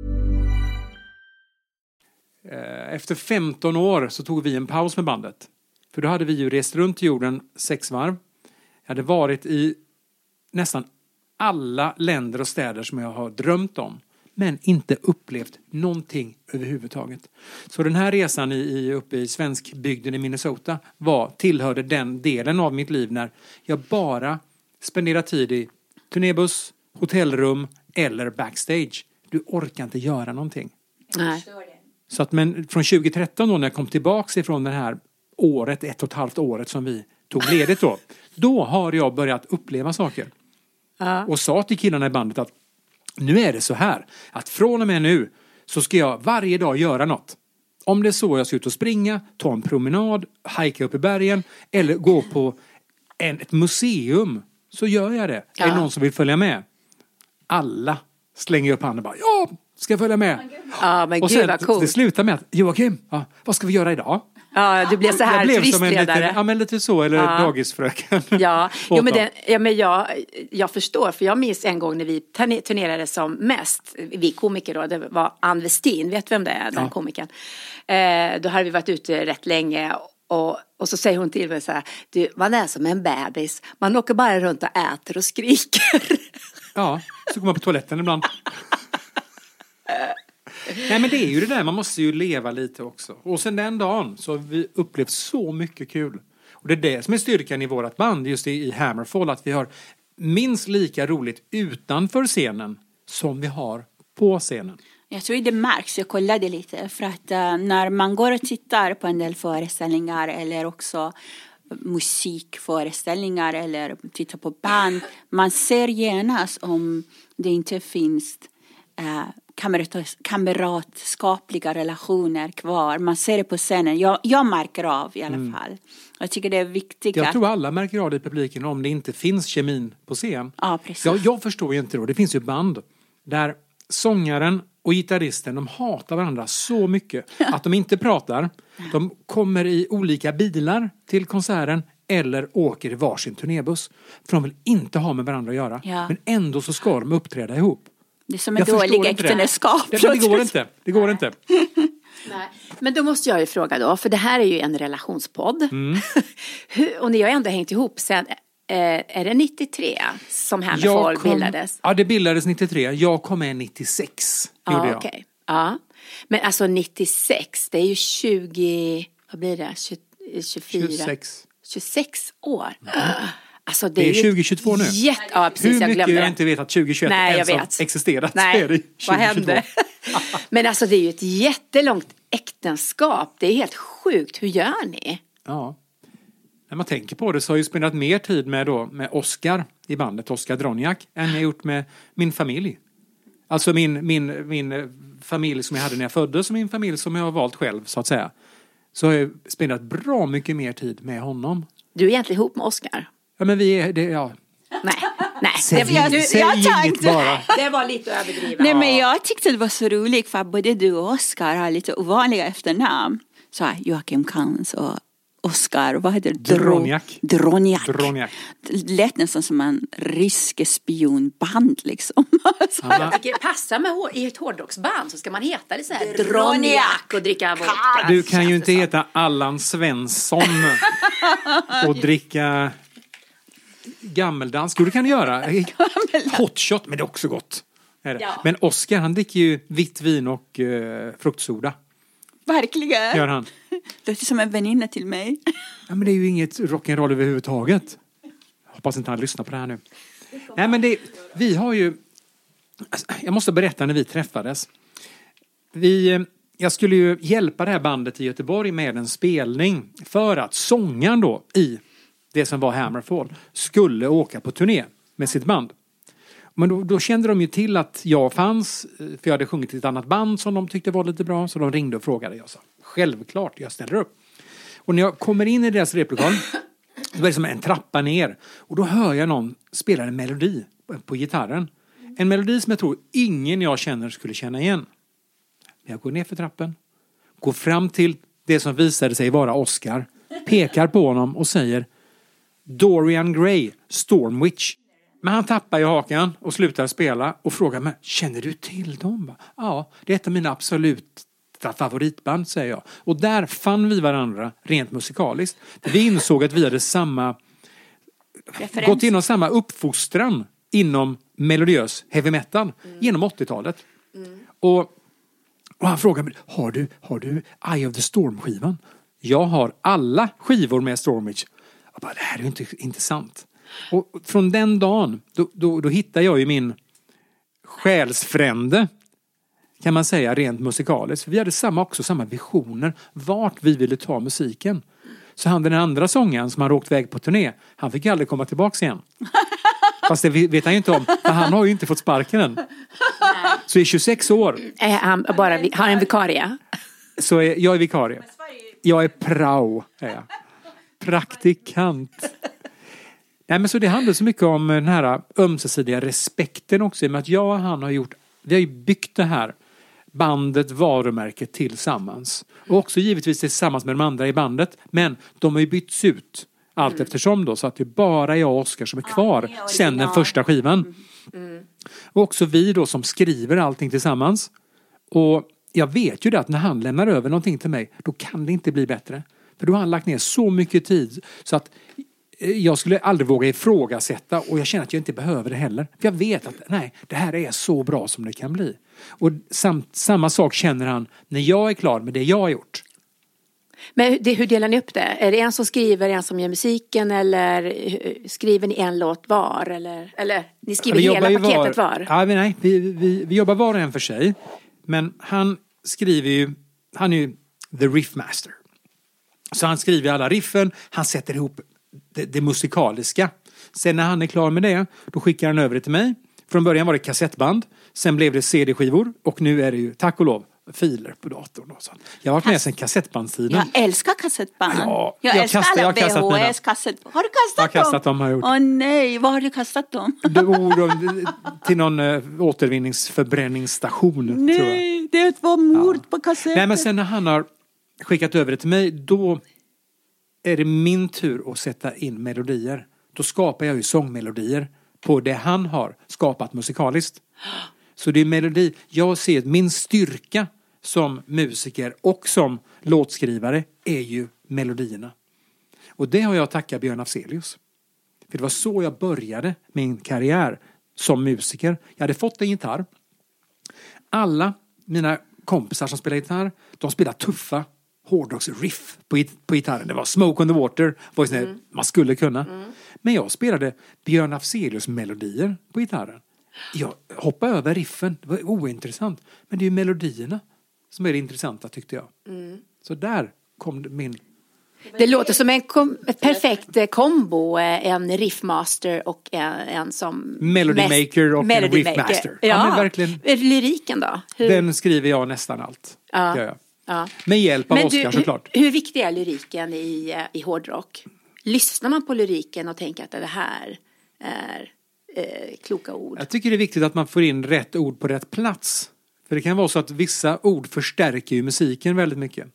Efter 15 år så tog vi en paus med bandet. För då hade vi ju rest runt jorden 6 varv. Jag hade varit i nästan alla länder och städer som jag har drömt om. Men inte upplevt någonting överhuvudtaget. Så den här resan uppe i Svenskbygden i Minnesota tillhörde den delen av mitt liv när jag bara spenderade tid i turnébuss, hotellrum eller backstage. Du orkar inte göra någonting. Nej. Så att, men från 2013 då när jag kom tillbaka ifrån det här året, 1,5 året som vi tog ledigt då har jag börjat uppleva saker. Och sa till killarna i bandet att nu är det så här, att från och med nu så ska jag varje dag göra något. Om det är så jag ska ut och springa, ta en promenad, hajka upp i bergen eller gå på ett museum, så gör jag det. Är det någon som vill följa med? Alla slänger upp handen och bara, ja, ska jag följa med? Ja, men och gud sen, vad coolt. det slutar med att, Joakim, vad ska vi göra idag? Ja, du blev så här turistledare. Ja, men lite så, eller dagisfröken. Ja, men jag förstår, för jag minns en gång när vi turnerade som mest, vi komiker då, det var Ann Westin, vet vem det är, den komikern. Då hade vi varit ute rätt länge och så säger hon till mig så här, du, man är som en bebis, man åker bara runt och äter och skriker. Ja, så går man på toaletten ibland. Nej, men det är ju det där, man måste ju leva lite också. Och sen den dagen så har vi upplevt så mycket kul. Och det är det som är styrkan i vårat band, just i Hammerfall, att vi har minst lika roligt utanför scenen som vi har på scenen. Jag tror det märks, jag kollade lite, för att när man går och tittar på en del föreställningar eller också musikföreställningar eller tittar på band, man ser genast om det inte finns kamratskapliga relationer kvar. Man ser det på scenen. Jag märker av i alla fall. Jag tycker det är viktigt. Jag tror alla märker av det i publiken om det inte finns kemin på scen. Ja, precis. Jag förstår ju inte då. Det finns ju band där sångaren och gitarristen, de hatar varandra så mycket att de inte pratar. De kommer i olika bilar till konserten eller åker i varsin turnébuss. För de vill inte ha med varandra att göra. Ja. Men ändå så ska de uppträda ihop. Det är som en dålig äktenskap. Det går inte. Nej. Men då måste jag ju fråga då, för det här är ju en relationspodd. Och ni har ändå hängt ihop sen, är det 93 som Hammerfall bildades? Ja, det bildades 93. Jag kom med 96. Gjorde jag. Okay. Ja, men alltså 96, det är ju 20, vad blir det? 24? 26 år. Alltså det är 2022 nu. Ja, precis, hur mycket jag inte vet att 2021 ens har existerat. Nej, är det 2022. Vad hände? Men alltså det är ju ett jättelångt äktenskap. Det är helt sjukt. Hur gör ni? Ja. När man tänker på det så har jag ju spenderat mer tid med Oscar i bandet, Oscar Droniak, än jag gjort med min familj. Alltså min familj som jag hade när jag föddes och min familj som jag har valt själv, så att säga. Så har jag spenderat bra mycket mer tid med honom. Du är egentligen ihop med Oscar? Ja, men vi är det, ja. Nej. Säg inget bara. Det var lite överdrivet. Nej, men jag tyckte det var så roligt för både du och Oscar har lite ovanliga efternamn. Så här, Joakim Kans och Oscar, vad heter det? Droniak. Det lät nästan som en rysk spionband liksom. Det passar med i ett hårdrocksband så ska man heta det så här Droniak och dricka vodka. Du kan ju inte heta Allan Svensson och dricka gammeldansk. Jo, det kan du göra. Hotshot, men det är också gott. Är det. Ja. Men Oscar, han dricker ju vitt vin och fruktsoda. Verkligen. Gör han. Det är som en väninna till mig. Ja, men det är ju inget rock'n'roll överhuvudtaget. Hoppas inte han lyssnar på det här nu. Nej, men vi har ju... Jag måste berätta när vi träffades. Jag skulle ju hjälpa det här bandet i Göteborg med en spelning. För att sångaren då i det som var Hammerfall skulle åka på turné med sitt band. Men då kände de ju till att jag fanns, för jag hade sjungit i ett annat band som de tyckte var lite bra. Så de ringde och frågade. Jag sa, självklart, jag ställer upp. Och när jag kommer in i deras replokal, det var som en trappa ner. Och då hör jag någon spela en melodi på gitarren. En melodi som jag tror ingen jag känner skulle känna igen. Jag går ner för trappen, går fram till det som visade sig vara Oscar, pekar på honom och säger Dorian Gray, Stormwitch. Men han tappar i hakan och slutar spela och frågar mig, känner du till dem? Ja, det är ett av mina absoluta favoritband, säger jag. Och där fann vi varandra rent musikaliskt. Vi insåg att vi hade gått igenom samma uppfostran inom melodiös heavy metal genom 80-talet. Och han frågar mig, har du Eye of the Storm-skivan? Jag har alla skivor med Stormwitch. Jag bara, det här är ju inte sant. Och från den dagen, då hittade jag ju min själsfrände, kan man säga, rent musikaliskt. Vi hade samma visioner, vart vi ville ta musiken. Så han den andra sångaren som har åkt väg på turné, han fick aldrig komma tillbaka igen. Fast det vet han ju inte om. För han har ju inte fått sparken än. Så i 26 år. Han bara har en vikarie. Så jag är vikarie. Jag är prao. Praktikant. Nej, men så det handlar så mycket om den här ömsesidiga respekten också. Med att jag och han vi har ju byggt det här bandet, varumärket tillsammans. Och också givetvis tillsammans med de andra i bandet. Men de har ju bytts ut allt eftersom då. Så att det är bara jag och Oskar som är kvar sen den första skivan. Och också vi då som skriver allting tillsammans. Och jag vet ju det att när han lämnar över någonting till mig, då kan det inte bli bättre. För då har han lagt ner så mycket tid så att jag skulle aldrig våga ifrågasätta, och jag känner att jag inte behöver det heller. För jag vet att nej, det här är så bra som det kan bli. Och samma sak känner han när jag är klar med det jag har gjort. Men hur delar ni upp det? Är det en som skriver, en som gör musiken, eller skriver ni en låt var? Eller ni skriver hela paketet var? Ja, nej, vi jobbar var och en för sig. Men han skriver ju, han är ju the riffmaster. Så han skriver alla riffen, han sätter ihop det musikaliska. Sen när han är klar med det, då skickar han över det till mig. Från början var det kassettband, sen blev det CD-skivor och nu är det ju, tack och lov, filer på datorn. Så jag har varit med sedan kassettbandstiden. Jag älskar kassettband. Ja, jag älskar alla VHS-kassettband. Har du kastat dem? Har jag gjort. Åh nej, var har du kastat dem? Till någon återvinningsförbränningsstation. Nej, tror jag. Det var mord på kassetter. Nej, men sen när han har skickat över det till mig, då är det min tur att sätta in melodier. Då skapar jag ju sångmelodier på det han har skapat musikaliskt. Så det är melodi. Jag ser att min styrka som musiker och som låtskrivare är ju melodierna. Och det har jag tackat Björn Afzelius. För det var så jag började min karriär som musiker. Jag hade fått en gitarr. Alla mina kompisar som spelar gitarr, de spelar tuffa hårdrocksriff på gitarren. Det var Smoke on the Water. Man skulle kunna. Men jag spelade Björn Afzelius melodier på gitarren. Jag hoppade över riffen. Det var ointressant. Men det är ju melodierna som är det intressanta, tyckte jag. Så där kom min... Det låter som en perfekt kombo. En riffmaster och en som... Melody-maker och en riffmaster. Ja, men verkligen. Lyriken då? Den skriver jag nästan allt. Ja. Med hjälp av Oskar såklart. Hur viktig är lyriken i hårdrock? Lyssnar man på lyriken och tänker att det här är kloka ord? Jag tycker det är viktigt att man får in rätt ord på rätt plats. För det kan vara så att vissa ord förstärker ju musiken väldigt mycket.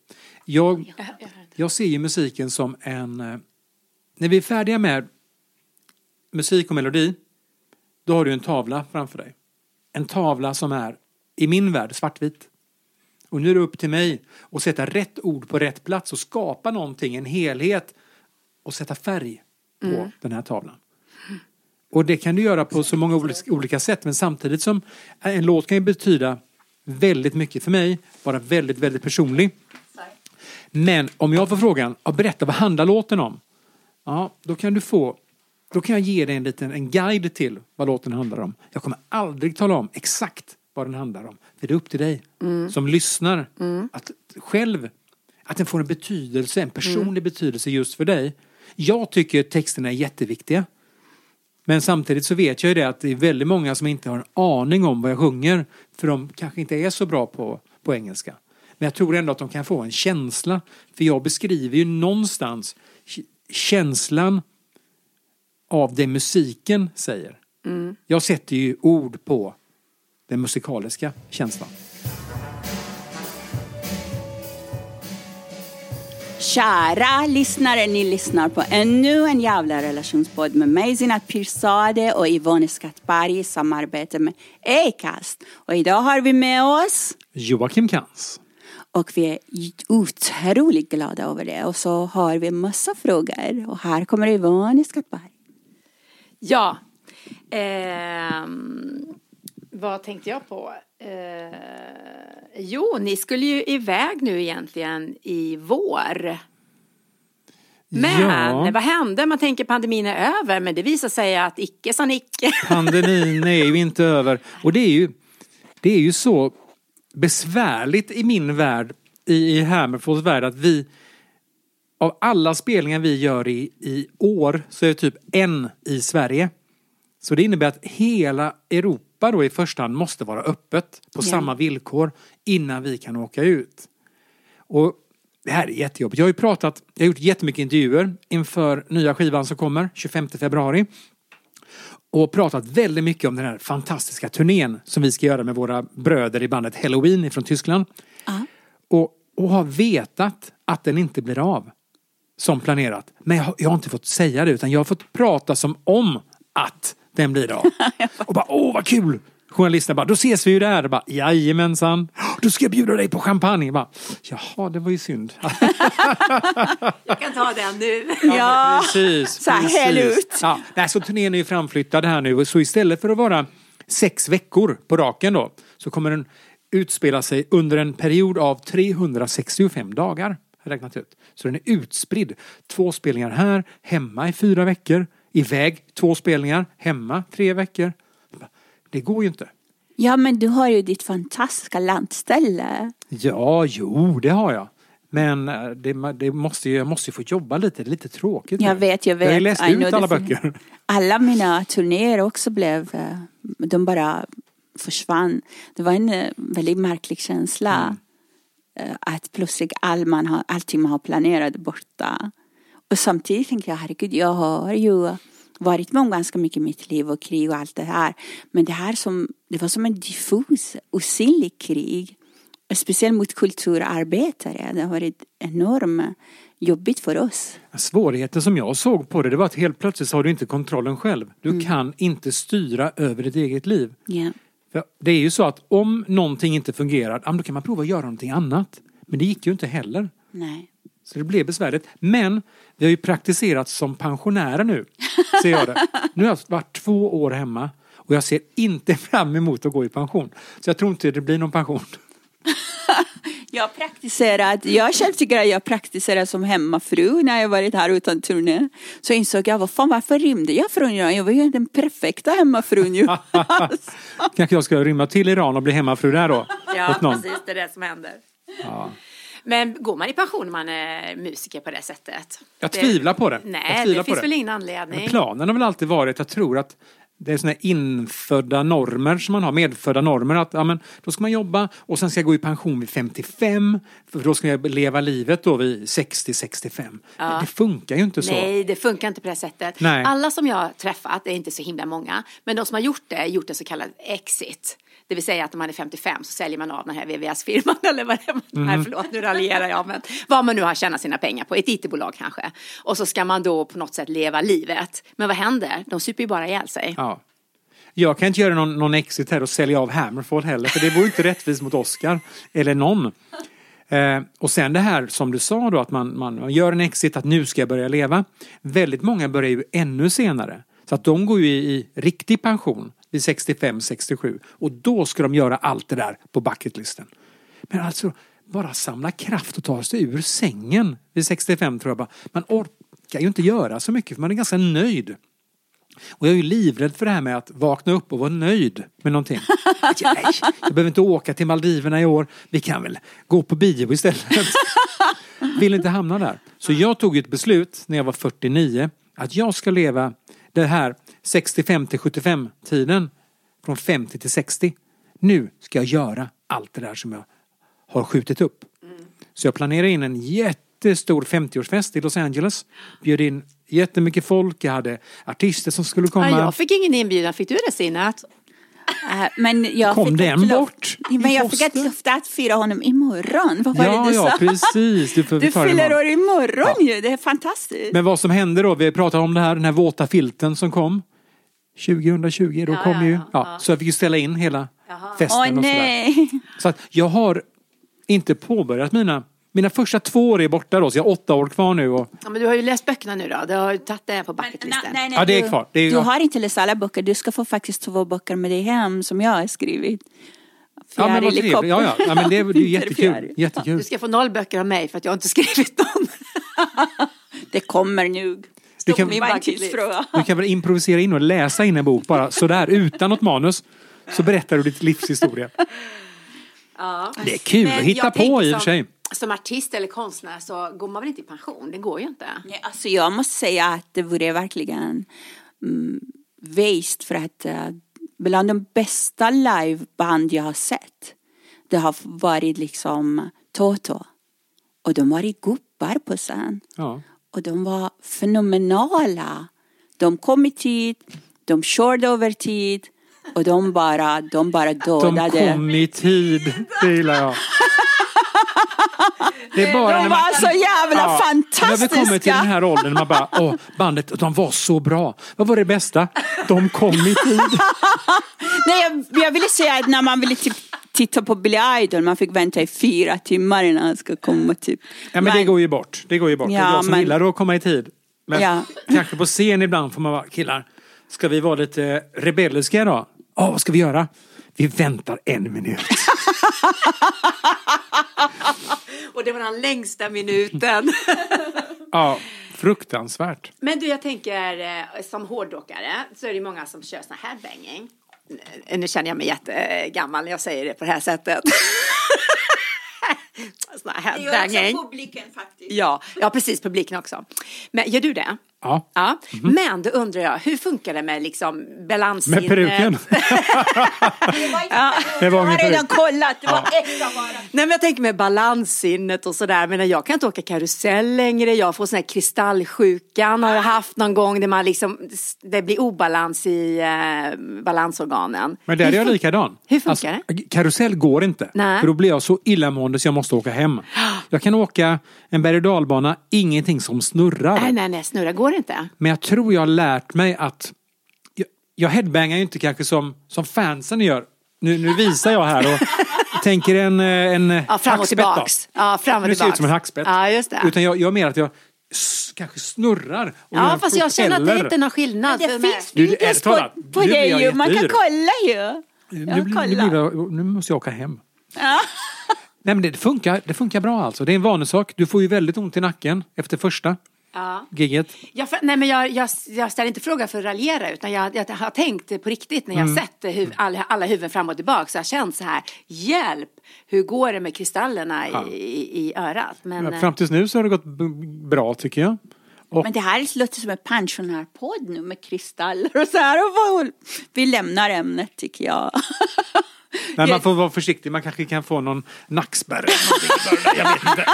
Jag ser ju musiken som en... När vi är färdiga med musik och melodi, då har du en tavla framför dig. En tavla som är, i min värld, svartvit. Och nu är det upp till mig att sätta rätt ord på rätt plats och skapa någonting, en helhet, och sätta färg på den här tavlan. Och det kan du göra på så många olika sätt, men samtidigt som en låt kan ju betyda väldigt mycket för mig, vara väldigt, väldigt personlig. Men om jag får frågan, berätta vad handlar låten om? Ja, då kan jag ge dig en guide till vad låten handlar om. Jag kommer aldrig tala om exakt vad den handlar om. För det är upp till dig som lyssnar att den får en betydelse, en personlig betydelse just för dig. Jag tycker texterna är jätteviktiga. Men samtidigt så vet jag ju det att det är väldigt många som inte har en aning om vad jag sjunger. För de kanske inte är så bra på engelska. Men jag tror ändå att de kan få en känsla. För jag beskriver ju någonstans känslan av det musiken säger. Jag sätter ju ord på den musikaliska känslan. Kära lyssnare, ni lyssnar på ännu en jävla relationspodd med mig, Zinat Pirzadeh och Yvonne Skattberg i samarbete med Acast. Och idag har vi med oss Joakim Kans. Och vi är otroligt glada över det. Och så har vi en massa frågor. Och här kommer Yvonne Skattberg. Ja. Vad tänkte jag på? Jo, ni skulle ju iväg nu egentligen i vår. Men vad hände? Man tänker pandemin är över, men det visar sig att icke sa icke. Pandemin är ju inte över. Och det är ju så besvärligt i min värld, i Hammerfalls värld, att vi, av alla spelningar vi gör i år så är det typ en i Sverige. Så det innebär att hela Europa då i första hand måste vara öppet på samma villkor innan vi kan åka ut. Och det här är jättejobbigt. Jag har gjort jättemycket intervjuer inför nya skivan som kommer 25 februari. Och pratat väldigt mycket om den här fantastiska turnén som vi ska göra med våra bröder i bandet Helloween från Tyskland. Och har vetat att den inte blir av som planerat. Men jag har inte fått säga det, utan jag har fått prata som om att den blir av. Och bara, vad kul! Journalisterna bara, då ses vi ju där. Bara, jajamensan. Då ska jag bjuda dig på champagne. Bara, jaha, det var ju synd. Jag kan ta den nu. Ja, precis. Så här ut. Ja, nej, så turnén är ju framflyttad här nu. Så istället för att vara 6 veckor på raken då, så kommer den utspela sig under en period av 365 dagar. Har jag räknat ut. Så den är utspridd. 2 spelningar här, hemma i 4 veckor. Iväg 2 spelningar, hemma 3 veckor. Det går ju inte. Ja, men du har ju ditt fantastiska landställe. Ja, jo, det har jag. Men jag måste ju få jobba lite. Det är lite tråkigt. Jag vet. Jag har läst ut alla böcker. Alla mina turnéer också de bara försvann. Det var en väldigt märklig känsla. Att plötsligt allting man har planerat borta. Och samtidigt tänkte jag, herregud, jag har ju varit med om ganska mycket i mitt liv och krig och allt det här. Men det var som en diffus, osynlig krig. Speciellt mot kulturarbetare. Det har varit enormt jobbigt för oss. Svårigheten som jag såg på det var att helt plötsligt så har du inte kontrollen själv. Du kan inte styra över ditt eget liv. Yeah. För det är ju så att om någonting inte fungerar, då kan man prova att göra någonting annat. Men det gick ju inte heller. Nej. Så det blev besvärligt. Men vi har ju praktiserat som pensionärer nu. Ser jag det. Nu har jag varit 2 år hemma. Och jag ser inte fram emot att gå i pension. Så jag tror inte det blir någon pension. Jag själv tycker att jag praktiserar som hemmafru när jag varit här utan turné. Så insåg jag, varför rymde jag från Iran? Jag var ju den perfekta hemmafrun ju. Kanske jag ska rymma till Iran och bli hemmafru där då? Ja, precis, det är det som händer. Ja. Men går man i pension när man är musiker på det sättet? Jag tvivlar på det. Nej, det finns väl ingen anledning. Men planen har väl alltid varit, jag tror att det är såna här infödda normer som man har, medfödda normer, att då ska man jobba och sen ska jag gå i pension vid 55, för då ska jag leva livet då vid 60-65. Ja. Det funkar ju inte så. Nej, det funkar inte på det sättet. Nej. Alla som jag har träffat, det är inte så himla många, men de som har gjort en så kallad exit. Det vill säga att om man är 55 så säljer man av den här VVS-firman eller vad det är. Nej, förlåt, nu raljerar jag. Men vad man nu har tjänat sina pengar på. Ett IT-bolag kanske. Och så ska man då på något sätt leva livet. Men vad händer? De super ju bara ihjäl sig. Ja. Jag kan inte göra någon exit här och sälja av Hammerfall heller. För det vore inte rättvist mot Oscar. Eller någon. Och sen det här som du sa då. Att man gör en exit att nu ska jag börja leva. Väldigt många börjar ju ännu senare. Så att de går ju i riktig pension vid 65-67. Och då ska de göra allt det där på bucketlisten. Men alltså, bara samla kraft och ta sig ur sängen vid 65 tror jag bara. Man orkar ju inte göra så mycket för man är ganska nöjd. Och jag är ju livrädd för det här med att vakna upp och vara nöjd med någonting. Jag behöver inte åka till Maldiverna i år. Vi kan väl gå på bio istället. Vill inte hamna där. Så jag tog ett beslut när jag var 49 att jag ska leva det här 65-75 tiden från 50 till 60. Nu ska jag göra allt det där som jag har skjutit upp. Så jag planerar in en jättestor 50-årsfest i Los Angeles. Bjöd in jättemycket folk. Jag hade artister som skulle komma. Ja, jag fick ingen inbjudan. Fick du det, Sinat? Men jag kom den bort? Men jag fick ett löfte att fira honom imorgon. Vad var det du sa? Ja, precis. Du fyller år imorgon ju. Det är fantastiskt. Men vad som hände då? Vi pratade om det här, den här våta filten som kom 2020. Då kom ju. Ja. Så jag fick ju ställa in hela festen och sådär. Så att jag har inte påbörjat mina första 2 år är borta då, så jag har 8 år kvar nu. Och... Ja, men du har ju läst böckerna nu då. Du har ju tagit det på bucketlisten. Nej, ja, det är kvar. Du har inte läst alla böcker. Du ska få faktiskt 2 böcker med dig hem som jag har skrivit. Ja, men vad trevligt. Ja, men det är jättekul. Jättekul. Du ska få 0 böcker av mig för att jag inte skrivit dem. Det kommer nu. Du kan väl improvisera in och läsa in en bok bara sådär utan något manus. Så berättar du ditt livshistoria. Ja. Det är kul att hitta på i och för sig. som artist eller konstnär så går man väl inte i pension? Det går ju inte. Nej, alltså jag måste säga att det vore verkligen waste för att bland de bästa liveband jag har sett, det har varit liksom Toto. Och de var i guppar på scen. Ja. Och de var fenomenala. De kom i tid, de körde över tid och de bara dödade. De kom i tid, det gillar jag. Det är bara de var så jävla fantastiska. När vi kommer till den här åldern, man bara, bandet, de var så bra. Vad var det bästa? De kom i tid. Nej, jag ville säga att när man ville titta på Billy Idol, man fick vänta i 4 timmar innan han ska komma typ. Ja, men det går ju bort. Det går ju bort. Ja, det är jag som gillar att komma i tid. Men kanske på scen ibland får man vara, killar, ska vi vara lite rebelliska då? Vad ska vi göra? Vi väntar 1 minut. Och det var den längsta minuten. Ja, fruktansvärt. Men du, jag tänker som hårdrockare så är det många som kör sån här headbanging. Nu känner jag mig jättegammal när jag säger det på det här sättet. Sån här headbanging. Det är också publiken faktiskt. Ja, precis, publiken också. Men gör du det? Ja. Mm-hmm. Men då undrar jag, hur funkar det med liksom balanssinnet? Med peruken? Det var ingen redan kollat, det var extra bara. Nej, men jag tänker med balanssinnet och sådär. Men jag kan inte åka karusell längre. Jag får sån här kristallsjukan har jag haft någon gång. Där man liksom, det blir obalans i balansorganen. Men det är jag likadan. Hur funkar det? Karusell går inte. Nej. För då blir jag så illamående så jag måste åka hem. Jag kan åka en berg- och dalbana, ingenting som snurrar. Nej, snurrar går inte. Men jag tror jag har lärt mig att jag headbangar ju inte kanske som fansen gör. Nu visar jag här och tänker en fram och tillbaks. Ja, fram och det ser ut som en hackspett. Ja, just det. Utan jag menar att jag kanske snurrar. Och fast jag känner att det inte är någon skillnad. Men det finns videos på det ju. Man kan kolla ju. Nu måste jag åka hem. Ja. Nej, men det funkar bra alltså. Det är en vanesak. Du får ju väldigt ont i nacken efter första gigget. Nej, men jag ställer inte frågan för att raljera, utan jag har tänkt på riktigt när jag har sett alla huvuden fram och tillbaka. Så jag har känt så här, hjälp, hur går det med kristallerna i örat? Men, fram tills nu så har det gått bra, tycker jag. Men det här låter som en pensionärpodd nu med kristaller och så här. Och vi lämnar ämnet, tycker jag. Men man får vara försiktig. Man kanske kan få någon nackspärr. Jag vet inte.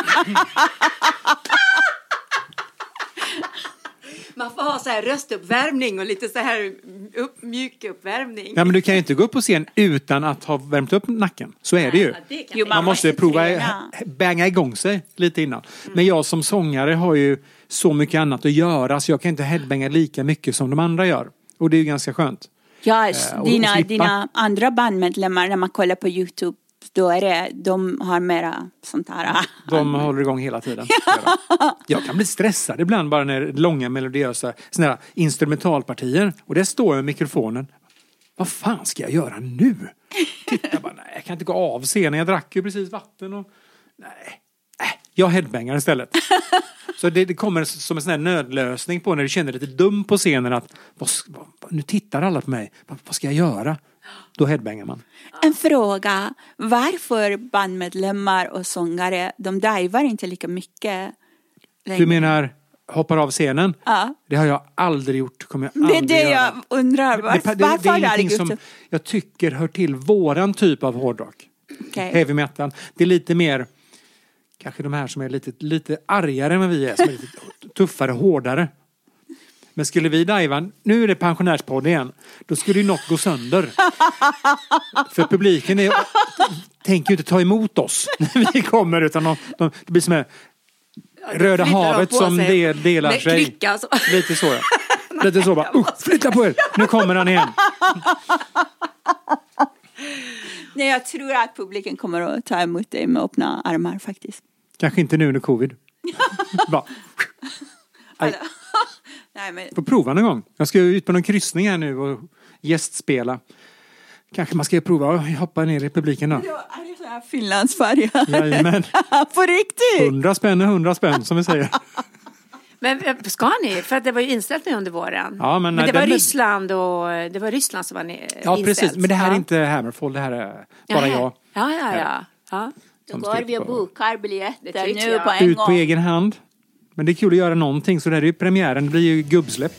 Man får ha så här röstuppvärmning och lite så här mjuk uppvärmning. Ja, men du kan ju inte gå upp på scen utan att ha värmt upp nacken. Så är det ju. Man måste prova banga igång sig lite innan. Men jag som sångare har ju så mycket annat att göra, så jag kan inte headbanga lika mycket som de andra gör. Och det är ju ganska skönt. Ja, dina andra bandmedlemmar, när man kollar på YouTube, då är det, de har mera sånt här. De håller igång hela tiden. Jag kan bli stressad ibland bara när långa melodiösa såna här instrumentalpartier. Och där står jag med mikrofonen. Vad fan ska jag göra nu? Titta bara, nej, jag kan inte gå av scenen. Jag drack ju precis vatten och jag headbangar istället. Så det kommer som en sån här nödlösning på när du känner dig lite dum på scenen att nu tittar alla på mig. Vad ska jag göra? Då headbangar man. En fråga. Varför bandmedlemmar och sångare, de divar inte lika mycket längre? Du menar hoppar av scenen? Ja. Det har jag aldrig gjort. Det är det jag undrar. Varför det är ingenting som jag tycker hör till våran typ av hårdrock. Okay. Heavy metal. Det är lite mer, kanske de här som är lite argare än vad vi är. Som är lite tuffare, hårdare. Men skulle vi diva, nu är det pensionärspodd igen, då skulle ju något gå sönder. För publiken tänker ju inte ta emot oss när vi kommer, utan det blir som Röda havet som delar med sig. Krycka, så. Lite så, ja. Lite så bara, flytta på er, nu kommer han igen. Nej, jag tror att publiken kommer att ta emot dig med öppna armar faktiskt. Kanske inte nu under covid. Bara. Nej, men... Får prova någon gång. Jag ska ut på någon kryssning här nu och gästspela. Kanske man ska prova att hoppa ner i publiken då. Ja, är det så här Finlandsfärja? Jajamän. På riktigt? 100 spänn är 100 spänn som vi säger. Men ska ni? För att det var ju inställt nu under våren. Ja, men det var Ryssland och det var Ryssland som var inställt. Ja, precis. Men det här är inte Hammerfall, det här är bara jag. Ja. Då går vi och bokar biljetter nu på en ut på egen hand. Men det är kul att göra någonting, så det här är ju premiären. Det blir ju gubbsläpp.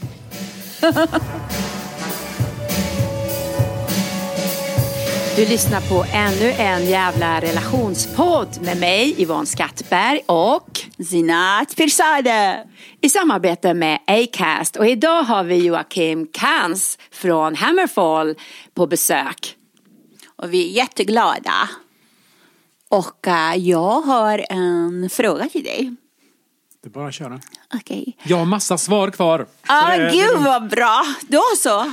Du lyssnar på ännu en jävla relationspodd med mig, Yvonne Skattberg och Zinat Pirzadeh i samarbete med Acast. Och idag har vi Joakim Kans från Hammerfall på besök. Och vi är jätteglada. Och jag har en fråga till dig. Det är bara att köra. Okej. Jag har massa svar kvar. Gud vad bra. Då så.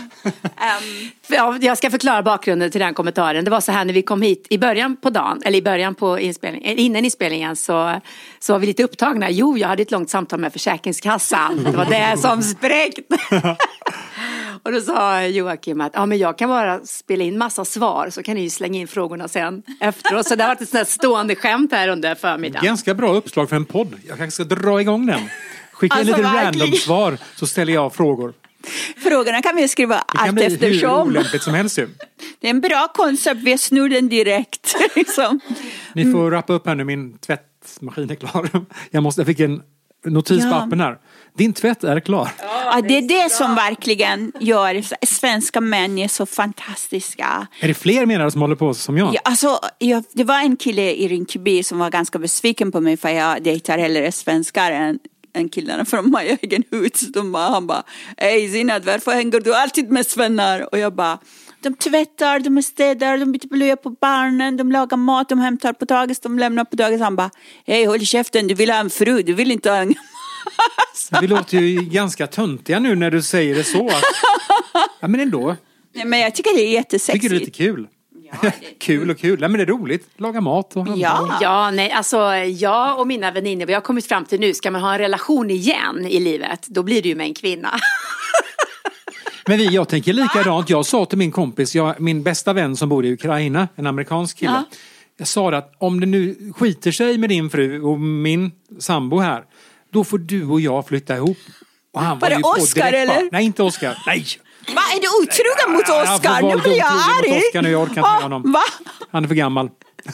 Jag ska förklara bakgrunden till den kommentaren. Det var så här när vi kom hit i början på dagen, eller i början på inspelningen, innan inspelningen så var vi lite upptagna. Jo, jag hade ett långt samtal med Försäkringskassan. Det var det som spräckt. Och då sa Joakim att men jag kan bara spela in massa svar, så kan ni ju slänga in frågorna sen efteråt. Så det har varit ett sånt här stående skämt här under förmiddagen. Ganska bra uppslag för en podd. Jag kanske ska dra igång den. Skicka in lite random svar, så ställer jag frågor. Frågorna kan vi skriva allt eftersom. Det kan bli hur olämpligt som helst ju. Det är en bra koncept, vi snor den direkt. Liksom. Ni får rappa upp här nu, min tvättmaskin är klar. Jag fick en notis på appen här. Din tvätt är klar. Ja, det är det som verkligen gör svenska män är så fantastiska. Är det fler menar som håller på som jag? Ja, alltså, det var en kille i Rinkeby som var ganska besviken på mig, för jag dejtar hellre svenskar än killarna från My egen hus. Han bara, hej Zinat, varför hänger du alltid med svennar? Och jag bara, de tvättar, de städar, de byter blöja på barnen, de lagar mat, de hämtar på dagis, de lämnar på dagis. Han bara, hej håll käften, du vill ha en fru, du vill inte ha en... Vi låter ju ganska töntiga nu när du säger det så. Ja, men ändå. Nej, men jag tycker det är jättesexigt. Tycker det är lite kul. Ja, kul och kul. Nej, men det är roligt. Laga mat och handla. Ja, nej, alltså jag och mina vänner, vi har kommit fram till nu, ska man ha en relation igen i livet, då blir det ju med en kvinna. Men jag tänker likadant. Jag sa till min kompis, min bästa vän som bor i Ukraina, en amerikansk kille. Ja. Jag sa att om det nu skiter sig med din fru och min sambo här, då får du och jag flytta ihop. Och han var ju på Oscar direkt, eller? Nej, inte Oscar. Nej. Va, är du otrogen mot Oscar? Nu blir jag arg. Oscar, nu orkar inte honom. Va? Han är för gammal.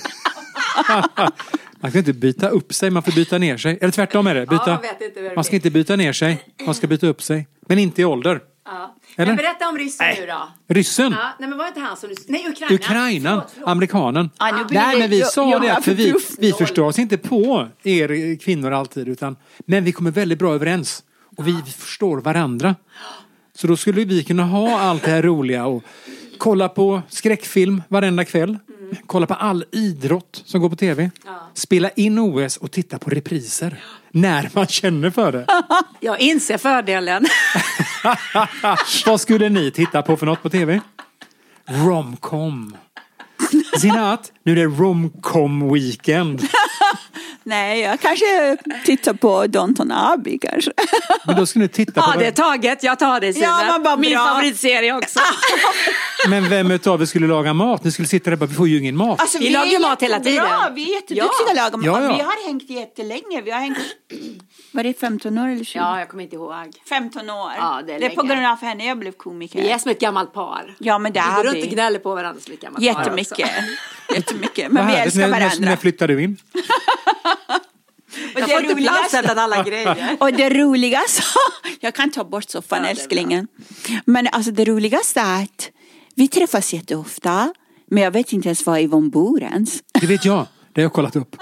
Man kan inte byta upp sig, man får byta ner sig. Eller tvärtom är det. Man ska inte byta ner sig, man ska byta upp sig. Men inte i ålder. Ja. Men berätta om ryssen nu då. Ryssen? Ja, nej, men var inte han som... Nej, Ukraina. Amerikanen. Nej, men vi sa det att vi förstår oss inte på er kvinnor alltid. Men vi kommer väldigt bra överens. Och vi förstår varandra. Så då skulle vi kunna ha allt det här roliga och kolla på skräckfilm varenda kväll. Kolla på all idrott som går på tv. Spela in OS och titta på repriser. När man känner för det. Jag inser fördelen. Vad skulle ni titta på för något på tv? Romcom. Zinat, nu är det romcom weekend. Nej, jag kanske tittar på Downton Abbey kanske. Men då ska ni titta på... Ja, det är taget. Jag tar det, Sina. Min favoritserie också. Men vem utav vi skulle laga mat? Ni skulle sitta där och bara, vi får ju ingen mat. Alltså, vi lagar mat hela tiden. Vi är jätteduktiga att laga mat. Ja. Vi har hängt jättelänge. Vi har hängt... Var det 15 år eller 20? Ja, jag kommer inte ihåg. 15 år. Ja, det är på grund av henne jag blev komiker. Vi är som ett gammalt par. Ja, men det är vi. Vi går runt och gnäller på varandra som ett gammalt jättemycket. Jättemycket. Men vi älskar varandra. När flyttar du in? Jag får inte plats bland alla grejer. Och det roligaste, jag kan ta bort soffan, älsklingen. Men alltså det roligaste är att vi träffas jätteofta, men jag vet inte ens var Yvonne bor ens. Det vet jag. Det har jag kollat upp.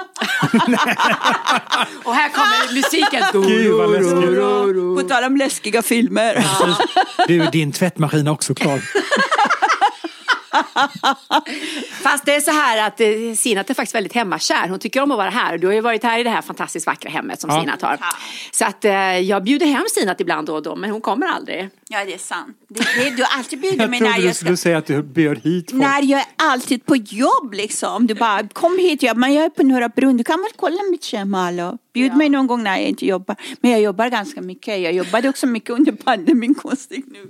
Och här kommer musiken. Gud vad läskigt. På tal om läskiga filmer. Ja. Du, din tvättmaskin är också klar. Fast det är så här att Zinat är faktiskt väldigt hemmakär. Hon tycker om att vara här. Du har ju varit här i det här fantastiskt vackra hemmet som Zinat har. Så att jag bjuder hem Zinat ibland då och då, men hon kommer aldrig. Ja, det är sant. Du alltid bjuder mig när jag du skulle säga att du bjöd hit folk. När jag är alltid på jobb liksom. Du bara, kom hit, men jag är på Norra Brunn. Du kan väl kolla mitt schema. Bjud mig någon gång när jag inte jobbar. Men jag jobbar ganska mycket. Jag jobbade också mycket under pandemin, konstigt nu.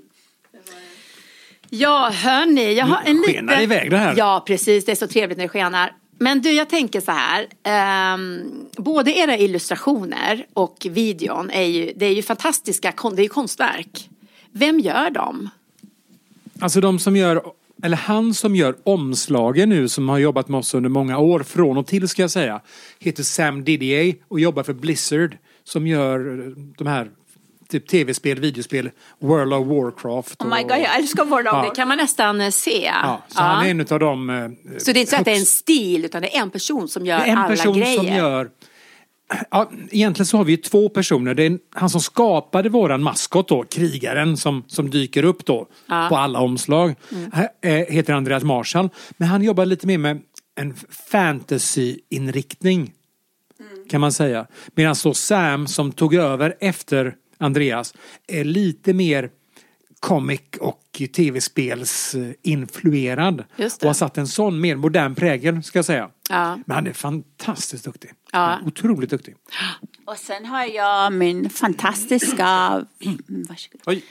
Ja, hörni, jag har en liten... Skenar iväg det här. Ja, precis. Det är så trevligt när det skenar. Men du, jag tänker så här. Både era illustrationer och videon det är ju fantastiska, det är ju konstverk. Vem gör dem? Alltså de som gör eller han som gör omslagen nu, som har jobbat med oss under många år, från och till ska jag säga, heter Sam Didier och jobbar för Blizzard, som gör de här typ tv-spel, videospel, World of Warcraft. Oh my god, jag älskar World of Warcraft. Det kan man nästan se. Ja, så han är en av dem. Så det är inte så att det är en stil, utan det är en person som gör alla grejer. En person som gör... Ja, egentligen så har vi ju 2 personer. Det är han som skapade våran maskot då, krigaren som dyker upp då på alla omslag. Heter Andreas Marshall. Men han jobbar lite mer med en fantasy-inriktning, kan man säga. Medan så Sam, som tog över efter Andreas, är lite mer comic och tv-spels influerad. Och har satt en sån mer modern prägel, ska jag säga. Ja. Men han är fantastiskt duktig. Ja. Otroligt duktig. Och sen har jag min fantastiska... Varsågod. Oj.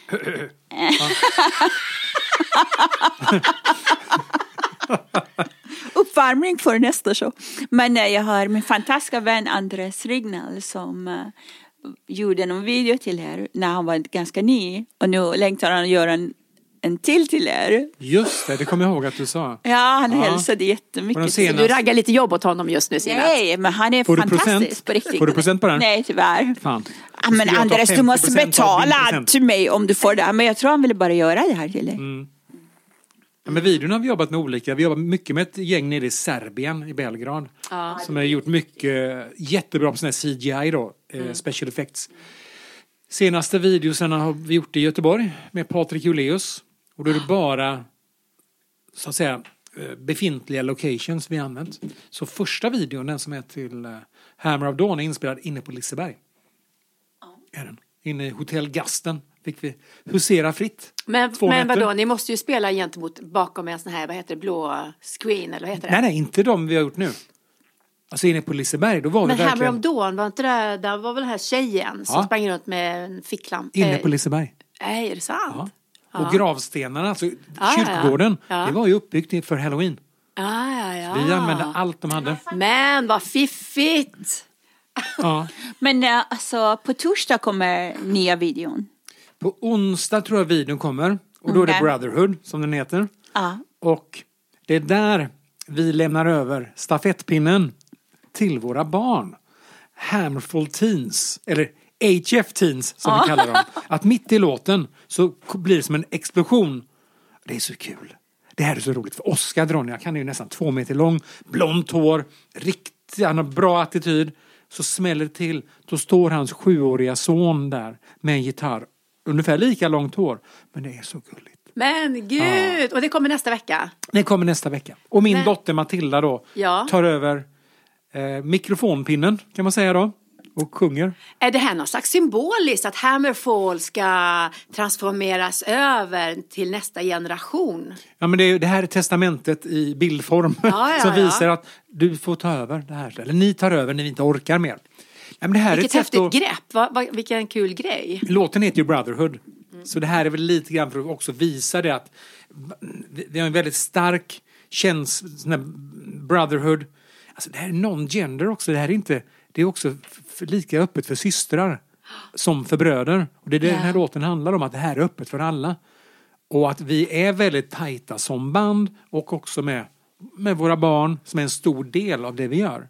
Uppvärmning för nästa show. Men jag har min fantastiska vän Andres Rignal som gjorde en video till er när han var ganska ny. Och nu längtar han att göra en till er. Just det kommer jag ihåg att du sa. Ja, han hälsade jättemycket. Så du raggar lite jobb åt honom just nu, Sina? Nej, men han är fantastisk på riktigt. Får du procent på den? Nej, tyvärr. Fan. Men Andres, du måste betala till mig om du får det. Men jag tror han ville bara göra det här till dig. Ja, med videon har vi jobbat med olika. Vi jobbar mycket med ett gäng nere i Serbien, i Belgrad. Som har gjort mycket jättebra på sån här CGI då. Special effects. Senaste videosen har vi gjort i Göteborg med Patrik Juleus. Och då är det bara, så att säga, befintliga locations vi har använt. Så första videon, den som är till Hammer of Dawn, är inspelad inne på Liseberg. Är den. Inne i Hotell Gasten fick vi husera fritt. Men vadå, ni måste ju spela gentemot bakom en sån här, vad heter det, blå screen, eller vad heter det? Nej, inte de vi har gjort nu. Alltså inne på Liseberg, då var men det verkligen... Men Hammer of Dawn, var inte det, där var väl den här tjejen som sprang runt med en ficklampa? Inne på Liseberg. Nej, är det sant? Ja. Och gravstenarna, alltså kyrkogården, det var ju uppbyggt för Halloween. Vi använde allt de hade. Men vad fiffigt! Ja. Men alltså, på torsdag kommer nya videon. På onsdag tror jag videon kommer. Och då är det Brotherhood, som den heter. Och det är där vi lämnar över stafettpinnen till våra barn. Hammerful Teens, eller HF Teens som vi kallar dem. Att mitt i låten så blir det som en explosion. Det är så kul. Det här är så roligt. För Oscar Dronjak, han är ju nästan 2 meter lång. Blont hår. Han har bra attityd. Så smäller det till. Då står hans 7-åriga son där med en gitarr. Ungefär lika långt hår. Men det är så gulligt. Men gud! Och det kommer nästa vecka? Det kommer nästa vecka. Och min dotter Matilda då tar över mikrofonpinnen, kan man säga då. Och sjunger. Är det här någon slags symboliskt att Hammerfall ska transformeras över till nästa generation? Ja, men det här är testamentet i bildform. Som visar att du får ta över det här. Eller ni tar över när vi inte orkar mer. Ja, men det här vilket är häftigt grepp. Vilken kul grej. Låten heter ju Brotherhood. Så det här är väl lite grann för att också visa det att vi har en väldigt stark känsla, brotherhood. Alltså det här är non-gender också. Det här är inte... Det är också lika öppet för systrar som för bröder. Och det är det den här låten handlar om, att det här är öppet för alla. Och att vi är väldigt tajta som band och också med våra barn som är en stor del av det vi gör.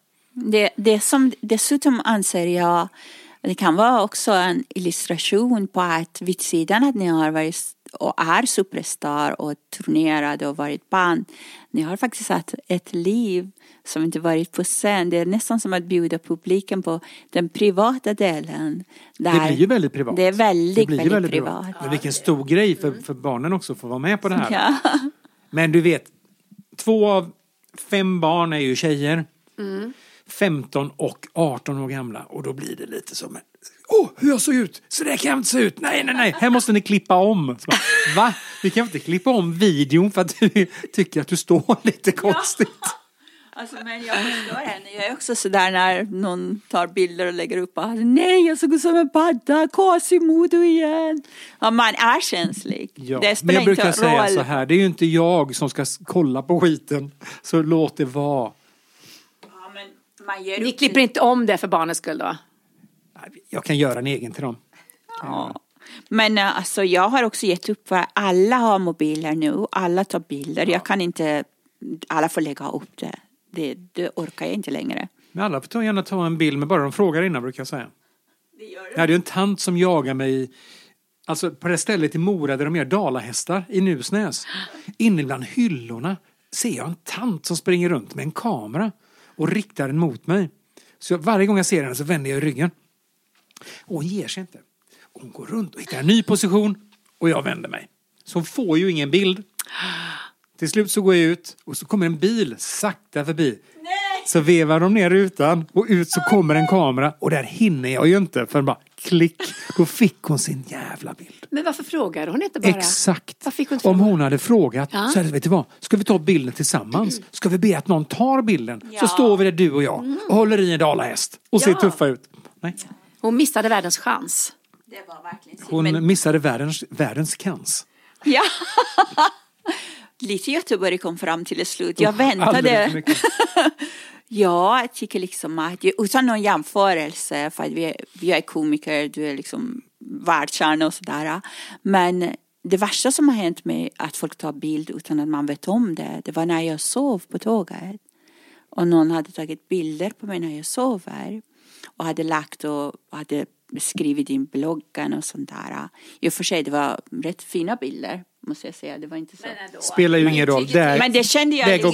Det som dessutom anser jag, det kan vara också en illustration på att vid sidan att ni har varit och är superstar och turnerade och varit band, ni har faktiskt haft ett liv som inte varit på scen. Det är nästan som att bjuda publiken på den privata delen. Det blir ju väldigt privat. Det är väldigt privat. Men vilken stor grej för barnen också att få vara med på det här. Ja. Men du vet, 2 av 5 barn är ju tjejer. 15 och 18 år gamla. Och då blir det lite som hur jag såg ut. Så där kan jag inte se ut. Nej. Här måste ni klippa om. Så bara, va? Vi kan inte klippa om videon för att du tycker att du står lite konstigt. Alltså, men jag förstår henne. Jag är också sådär när någon tar bilder och lägger upp. Nej, jag såg ut som en padda. Quasimodo igen. Ja, man är känslig. Ja, men jag brukar säga så här. Det är ju inte jag som ska kolla på skiten. Så låt det vara. Ja, men Ni klipper inte om det för barnens skull då? Jag kan göra en egen till dem. Ja. Men alltså, jag har också gett upp för alla har mobiler nu. Alla tar bilder. Jag kan inte, alla får lägga upp det. Det orkar jag inte längre. Men alla får gärna ta en bild, men bara de frågar innan, brukar jag säga. Det är ju en tant som jagar mig. Alltså på det stället i Mora där de gör dalahästar i Nusnäs. Inne bland hyllorna ser jag en tant som springer runt med en kamera och riktar den mot mig. Så varje gång jag ser henne så vänder jag i ryggen. Och hon ger sig inte. Hon går runt och hittar en ny position och jag vänder mig. Så hon får ju ingen bild. Till slut så går jag ut och så kommer en bil sakta förbi. Nej. Så vevar de ner rutan och ut så kommer en kamera och där hinner jag ju inte för bara klick. Då fick hon sin jävla bild. Men varför frågar hon inte bara? Exakt. Om hon hade frågat så hade, vet du vad, ska vi ta bilden tillsammans? Ska vi be att någon tar bilden? Så står vi där du och jag och håller i en dalahäst och ser tuffa ut. Nej. Hon missade världens chans. Det var verkligen hon missade världens chans. Ja. Lite Göteborg kom fram till slut. Jag väntade. Ja, jag tycker liksom att utan någon jämförelse, för att vi är komiker, du är liksom världsstjärna och sådär. Men det värsta som har hänt mig att folk tar bild utan att man vet om det var när jag sov på tåget. Och någon hade tagit bilder på mig när jag sover. Och hade lagt och hade skrivit in bloggen och sånt där. I och för sig, det var rätt fina bilder, måste jag säga. Det var inte så. Spelar ju ingen roll. Men det kände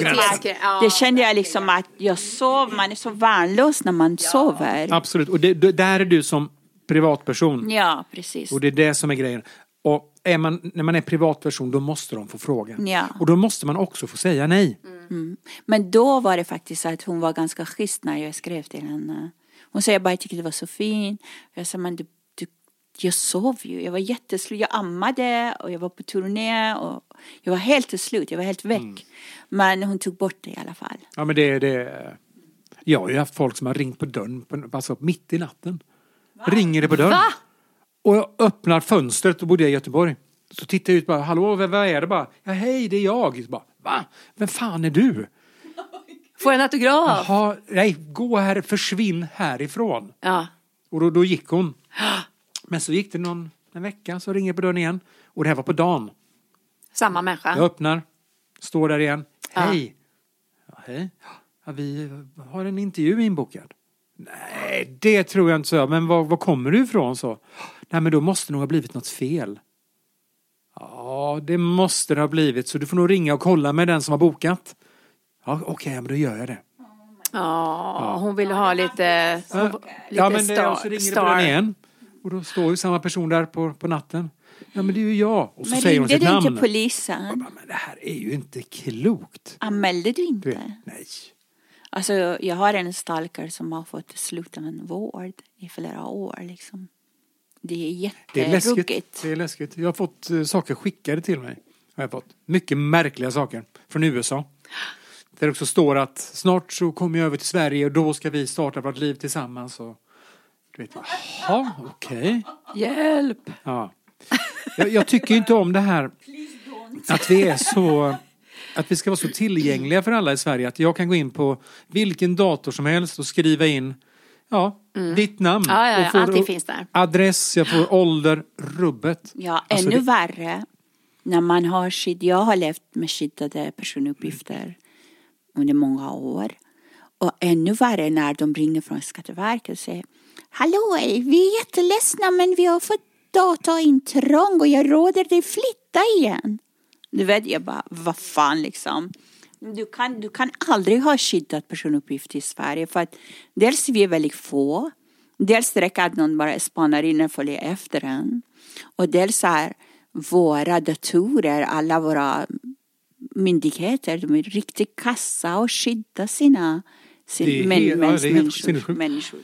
jag liksom att jag sov. Man är så värnlös när man sover. Absolut. Och där är du som privatperson. Ja, precis. Och det är det som är grejen. Och när man är privatperson, då måste de få fråga. Ja. Och då måste man också få säga nej. Mm. Men då var det faktiskt så att hon var ganska schysst när jag skrev till henne. Hon sa, jag tyckte det var så fint. Jag sa, men jag sov ju. Jag var jätteslut. Jag ammade och jag var på turné. Och jag var helt till slut. Jag var helt väck. Mm. Men hon tog bort det i alla fall. Ja, men det jag har ju haft folk som har ringt på dörren. Alltså mitt i natten. Va? Ringer det på dörren. Va? Och jag öppnar fönstret och bodde jag i Göteborg. Så tittar jag ut bara, hallå, vad är det? Bara, ja, hej, det är jag. Så bara, va? Vem fan är du? Får en autograf? Jaha, nej, gå här, försvinn härifrån. Ja. Och då gick hon. Men så gick det en vecka, så ringer jag på dörren igen. Och det här var på dagen. Samma människa. Jag öppnar, står där igen. Hej. Ja, hej. Ja, vi har en intervju inbokad. Nej, det tror jag inte så. Men var kommer du ifrån så? Nej, men då måste nog ha blivit något fel. Ja, det måste det ha blivit. Så du får nog ringa och kolla med den som har bokat. Ja, okej, men då gör jag det. Ja, hon ville ha lite ja, men så ringer det på den igen. Och då står ju samma person där på natten. Ja, men det är ju jag. Och så men säger hon sitt namn. Men ringde du inte polisen? Bara, men det här är ju inte klokt. Anmälde du inte? Nej. Alltså, jag har en stalker som har fått sluten vård i flera år liksom. Det är jätteruggigt. Det är läskigt. Jag har fått saker skickade till mig. Jag har fått mycket märkliga saker från USA. Där det också står att snart så kommer jag över till Sverige och då ska vi starta vårt liv tillsammans. Och du vet, jaha, okej. Hjälp! Ja. Jag tycker inte om det här att vi är så... Att vi ska vara så tillgängliga för alla i Sverige. Att jag kan gå in på vilken dator som helst och skriva in ditt namn. Ja, och får allting finns där. Adress, jag får ålder, rubbet. Ja, alltså ännu värre. När man har jag har levt med skyddade personuppgifter under många år. Och ännu värre när de ringer från Skatteverket och säger: hallå, vi är jätteledsna men vi har fått dataintrång och jag råder dig flytta igen. Du vet, jag bara, vad fan liksom. Du kan aldrig ha skyddat personuppgift i Sverige. För att dels vi är väldigt få. Dels räcker att någon bara spanar in och följer efter en. Och dels är våra datorer, alla våra myndigheter, de är riktigt kassa och skyddar sina människor.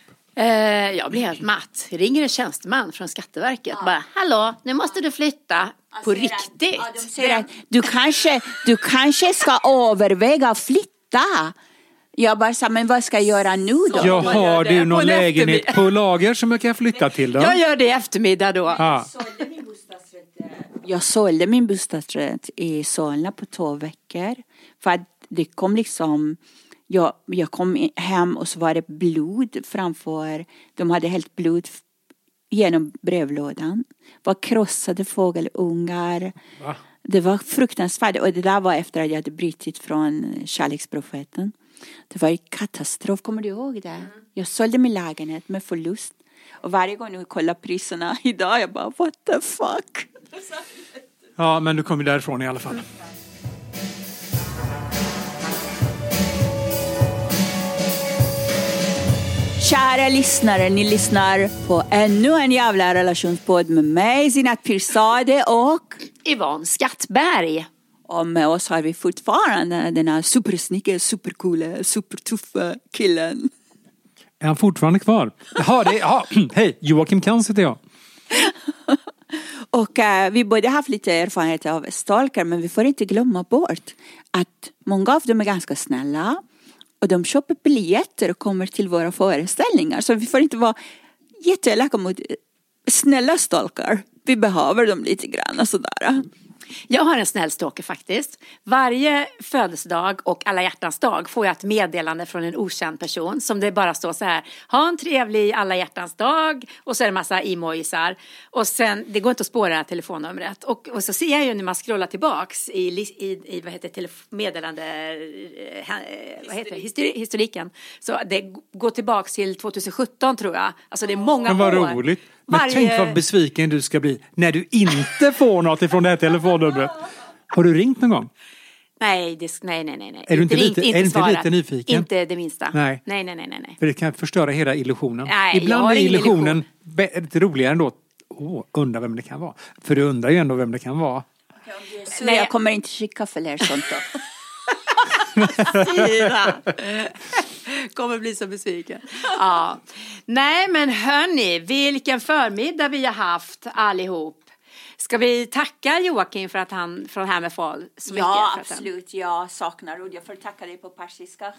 Jag blir helt matt. Ringer en tjänsteman från Skatteverket. Bara, hallå, nu måste du flytta. På riktigt. De säger att du kanske ska överväga att flytta. Jag bara sa, men vad ska jag göra nu då? Jag har du någon lägenhet på lager som jag kan flytta till då? Jag gör det i eftermiddag då. Jag sålde min bostadsrätt i Solna på 2 veckor. För att det kom liksom... Jag kom hem och så var det blod framför. De hade helt blod genom brevlådan. Var krossade fågelungar. Va? Det var fruktansvärt. Och det där var efter att jag hade brytit från kärleksprofeten. Det var en katastrof, kommer du ihåg det? Jag sålde min lägenhet med förlust. Och varje gång jag kollar priserna idag, jag bara, what the fuck? Ja, men du kommer därifrån i alla fall. Kära lyssnare, ni lyssnar på ännu en jävla relationspodd med mig, Zinat Pirzadeh och Yvonne Skattberg. Och med oss har vi fortfarande den här supersnicka, supercoola, supertuffa killen. Är han fortfarande kvar? Jaha, hej, Joakim Kans heter jag. Och vi både haft lite erfarenhet av stalker, men vi får inte glömma bort att många av dem är ganska snälla. Och de köper biljetter och kommer till våra föreställningar. Så vi får inte vara jätteelaka mot snälla stalker. Vi behöver dem lite grann och sådär. Jag har en snäll stalker faktiskt. Varje födelsedag och alla hjärtans dag får jag ett meddelande från en okänd person. Som det bara står så här. Ha en trevlig alla hjärtans dag. Och så är det en massa emojisar. Och sen, det går inte att spåra det här telefonnumret. Och så ser jag ju när man scrollar tillbaks i vad heter meddelande, vad heter det? Historiken. Så det går tillbaks till 2017 tror jag. Alltså det är många år. Men vad roligt. Men tänk vad besviken du ska bli när du inte får något ifrån det här telefonnumret. Har du ringt någon gång? Nej. Är du inte lite nyfiken? Inte det minsta. Nej. För det kan förstöra hela illusionen. Nej, ibland är illusionen lite roligare ändå. Undrar vem det kan vara. För du undrar ju ändå vem det kan vara. Nej, jag kommer inte skicka fler sånt då. Kommer bli så besviken. Ja. Nej, men hörni, vilken förmiddag vi har haft allihop. Ska vi tacka Joakim för att han från Hammerfall så mycket? Ja, absolut. Jag saknar ord. Jag får tacka dig på persiska.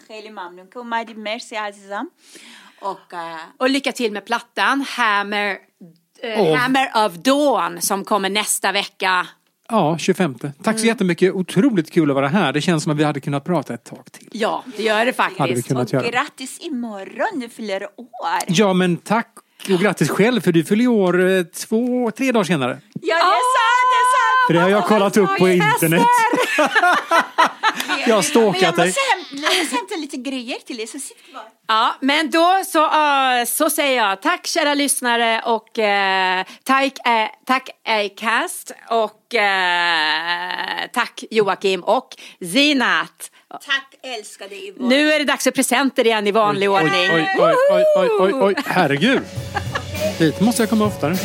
Och lycka till med plattan Hammer of Dawn som kommer nästa vecka. Ja, 25. Tack så jättemycket. Otroligt kul att vara här. Det känns som att vi hade kunnat prata ett tag till. Ja, det gör det faktiskt. Och grattis imorgon, du fyller år. Ja, men tack. Och grattis själv, för du fyller år 2-3 dagar senare. Ja, det är sant. För det har jag kollat upp på internet. Jag har stalkat dig. Jag måste hämta lite grejer till dig, så sitt kvar. Ja, men då så säger jag tack kära lyssnare och tack Acast och tack Joakim och Zinat. Tack älskade Yvonne. Nu är det dags för presenter igen i vanlig ordning. Oj, herregud. Dit måste jag komma oftare.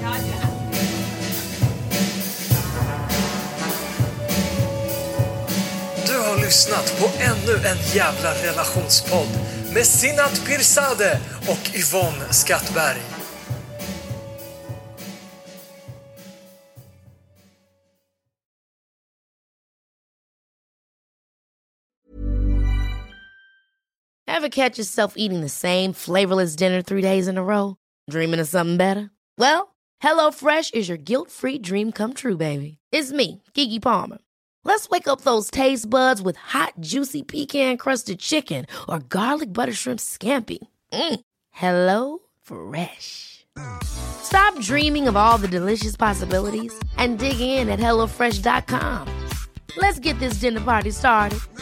Du har lyssnat på ännu en jävla relationspodd med Zinat Pirzadeh och Yvonne Skattberg. Ever catch yourself eating the same flavorless dinner 3 days in a row? Dreaming of something better? Well, HelloFresh is your guilt-free dream come true, baby. It's me, Keke Palmer. Let's wake up those taste buds with hot, juicy pecan-crusted chicken or garlic butter shrimp scampi. Hello Fresh. Stop dreaming of all the delicious possibilities and dig in at HelloFresh.com. Let's get this dinner party started.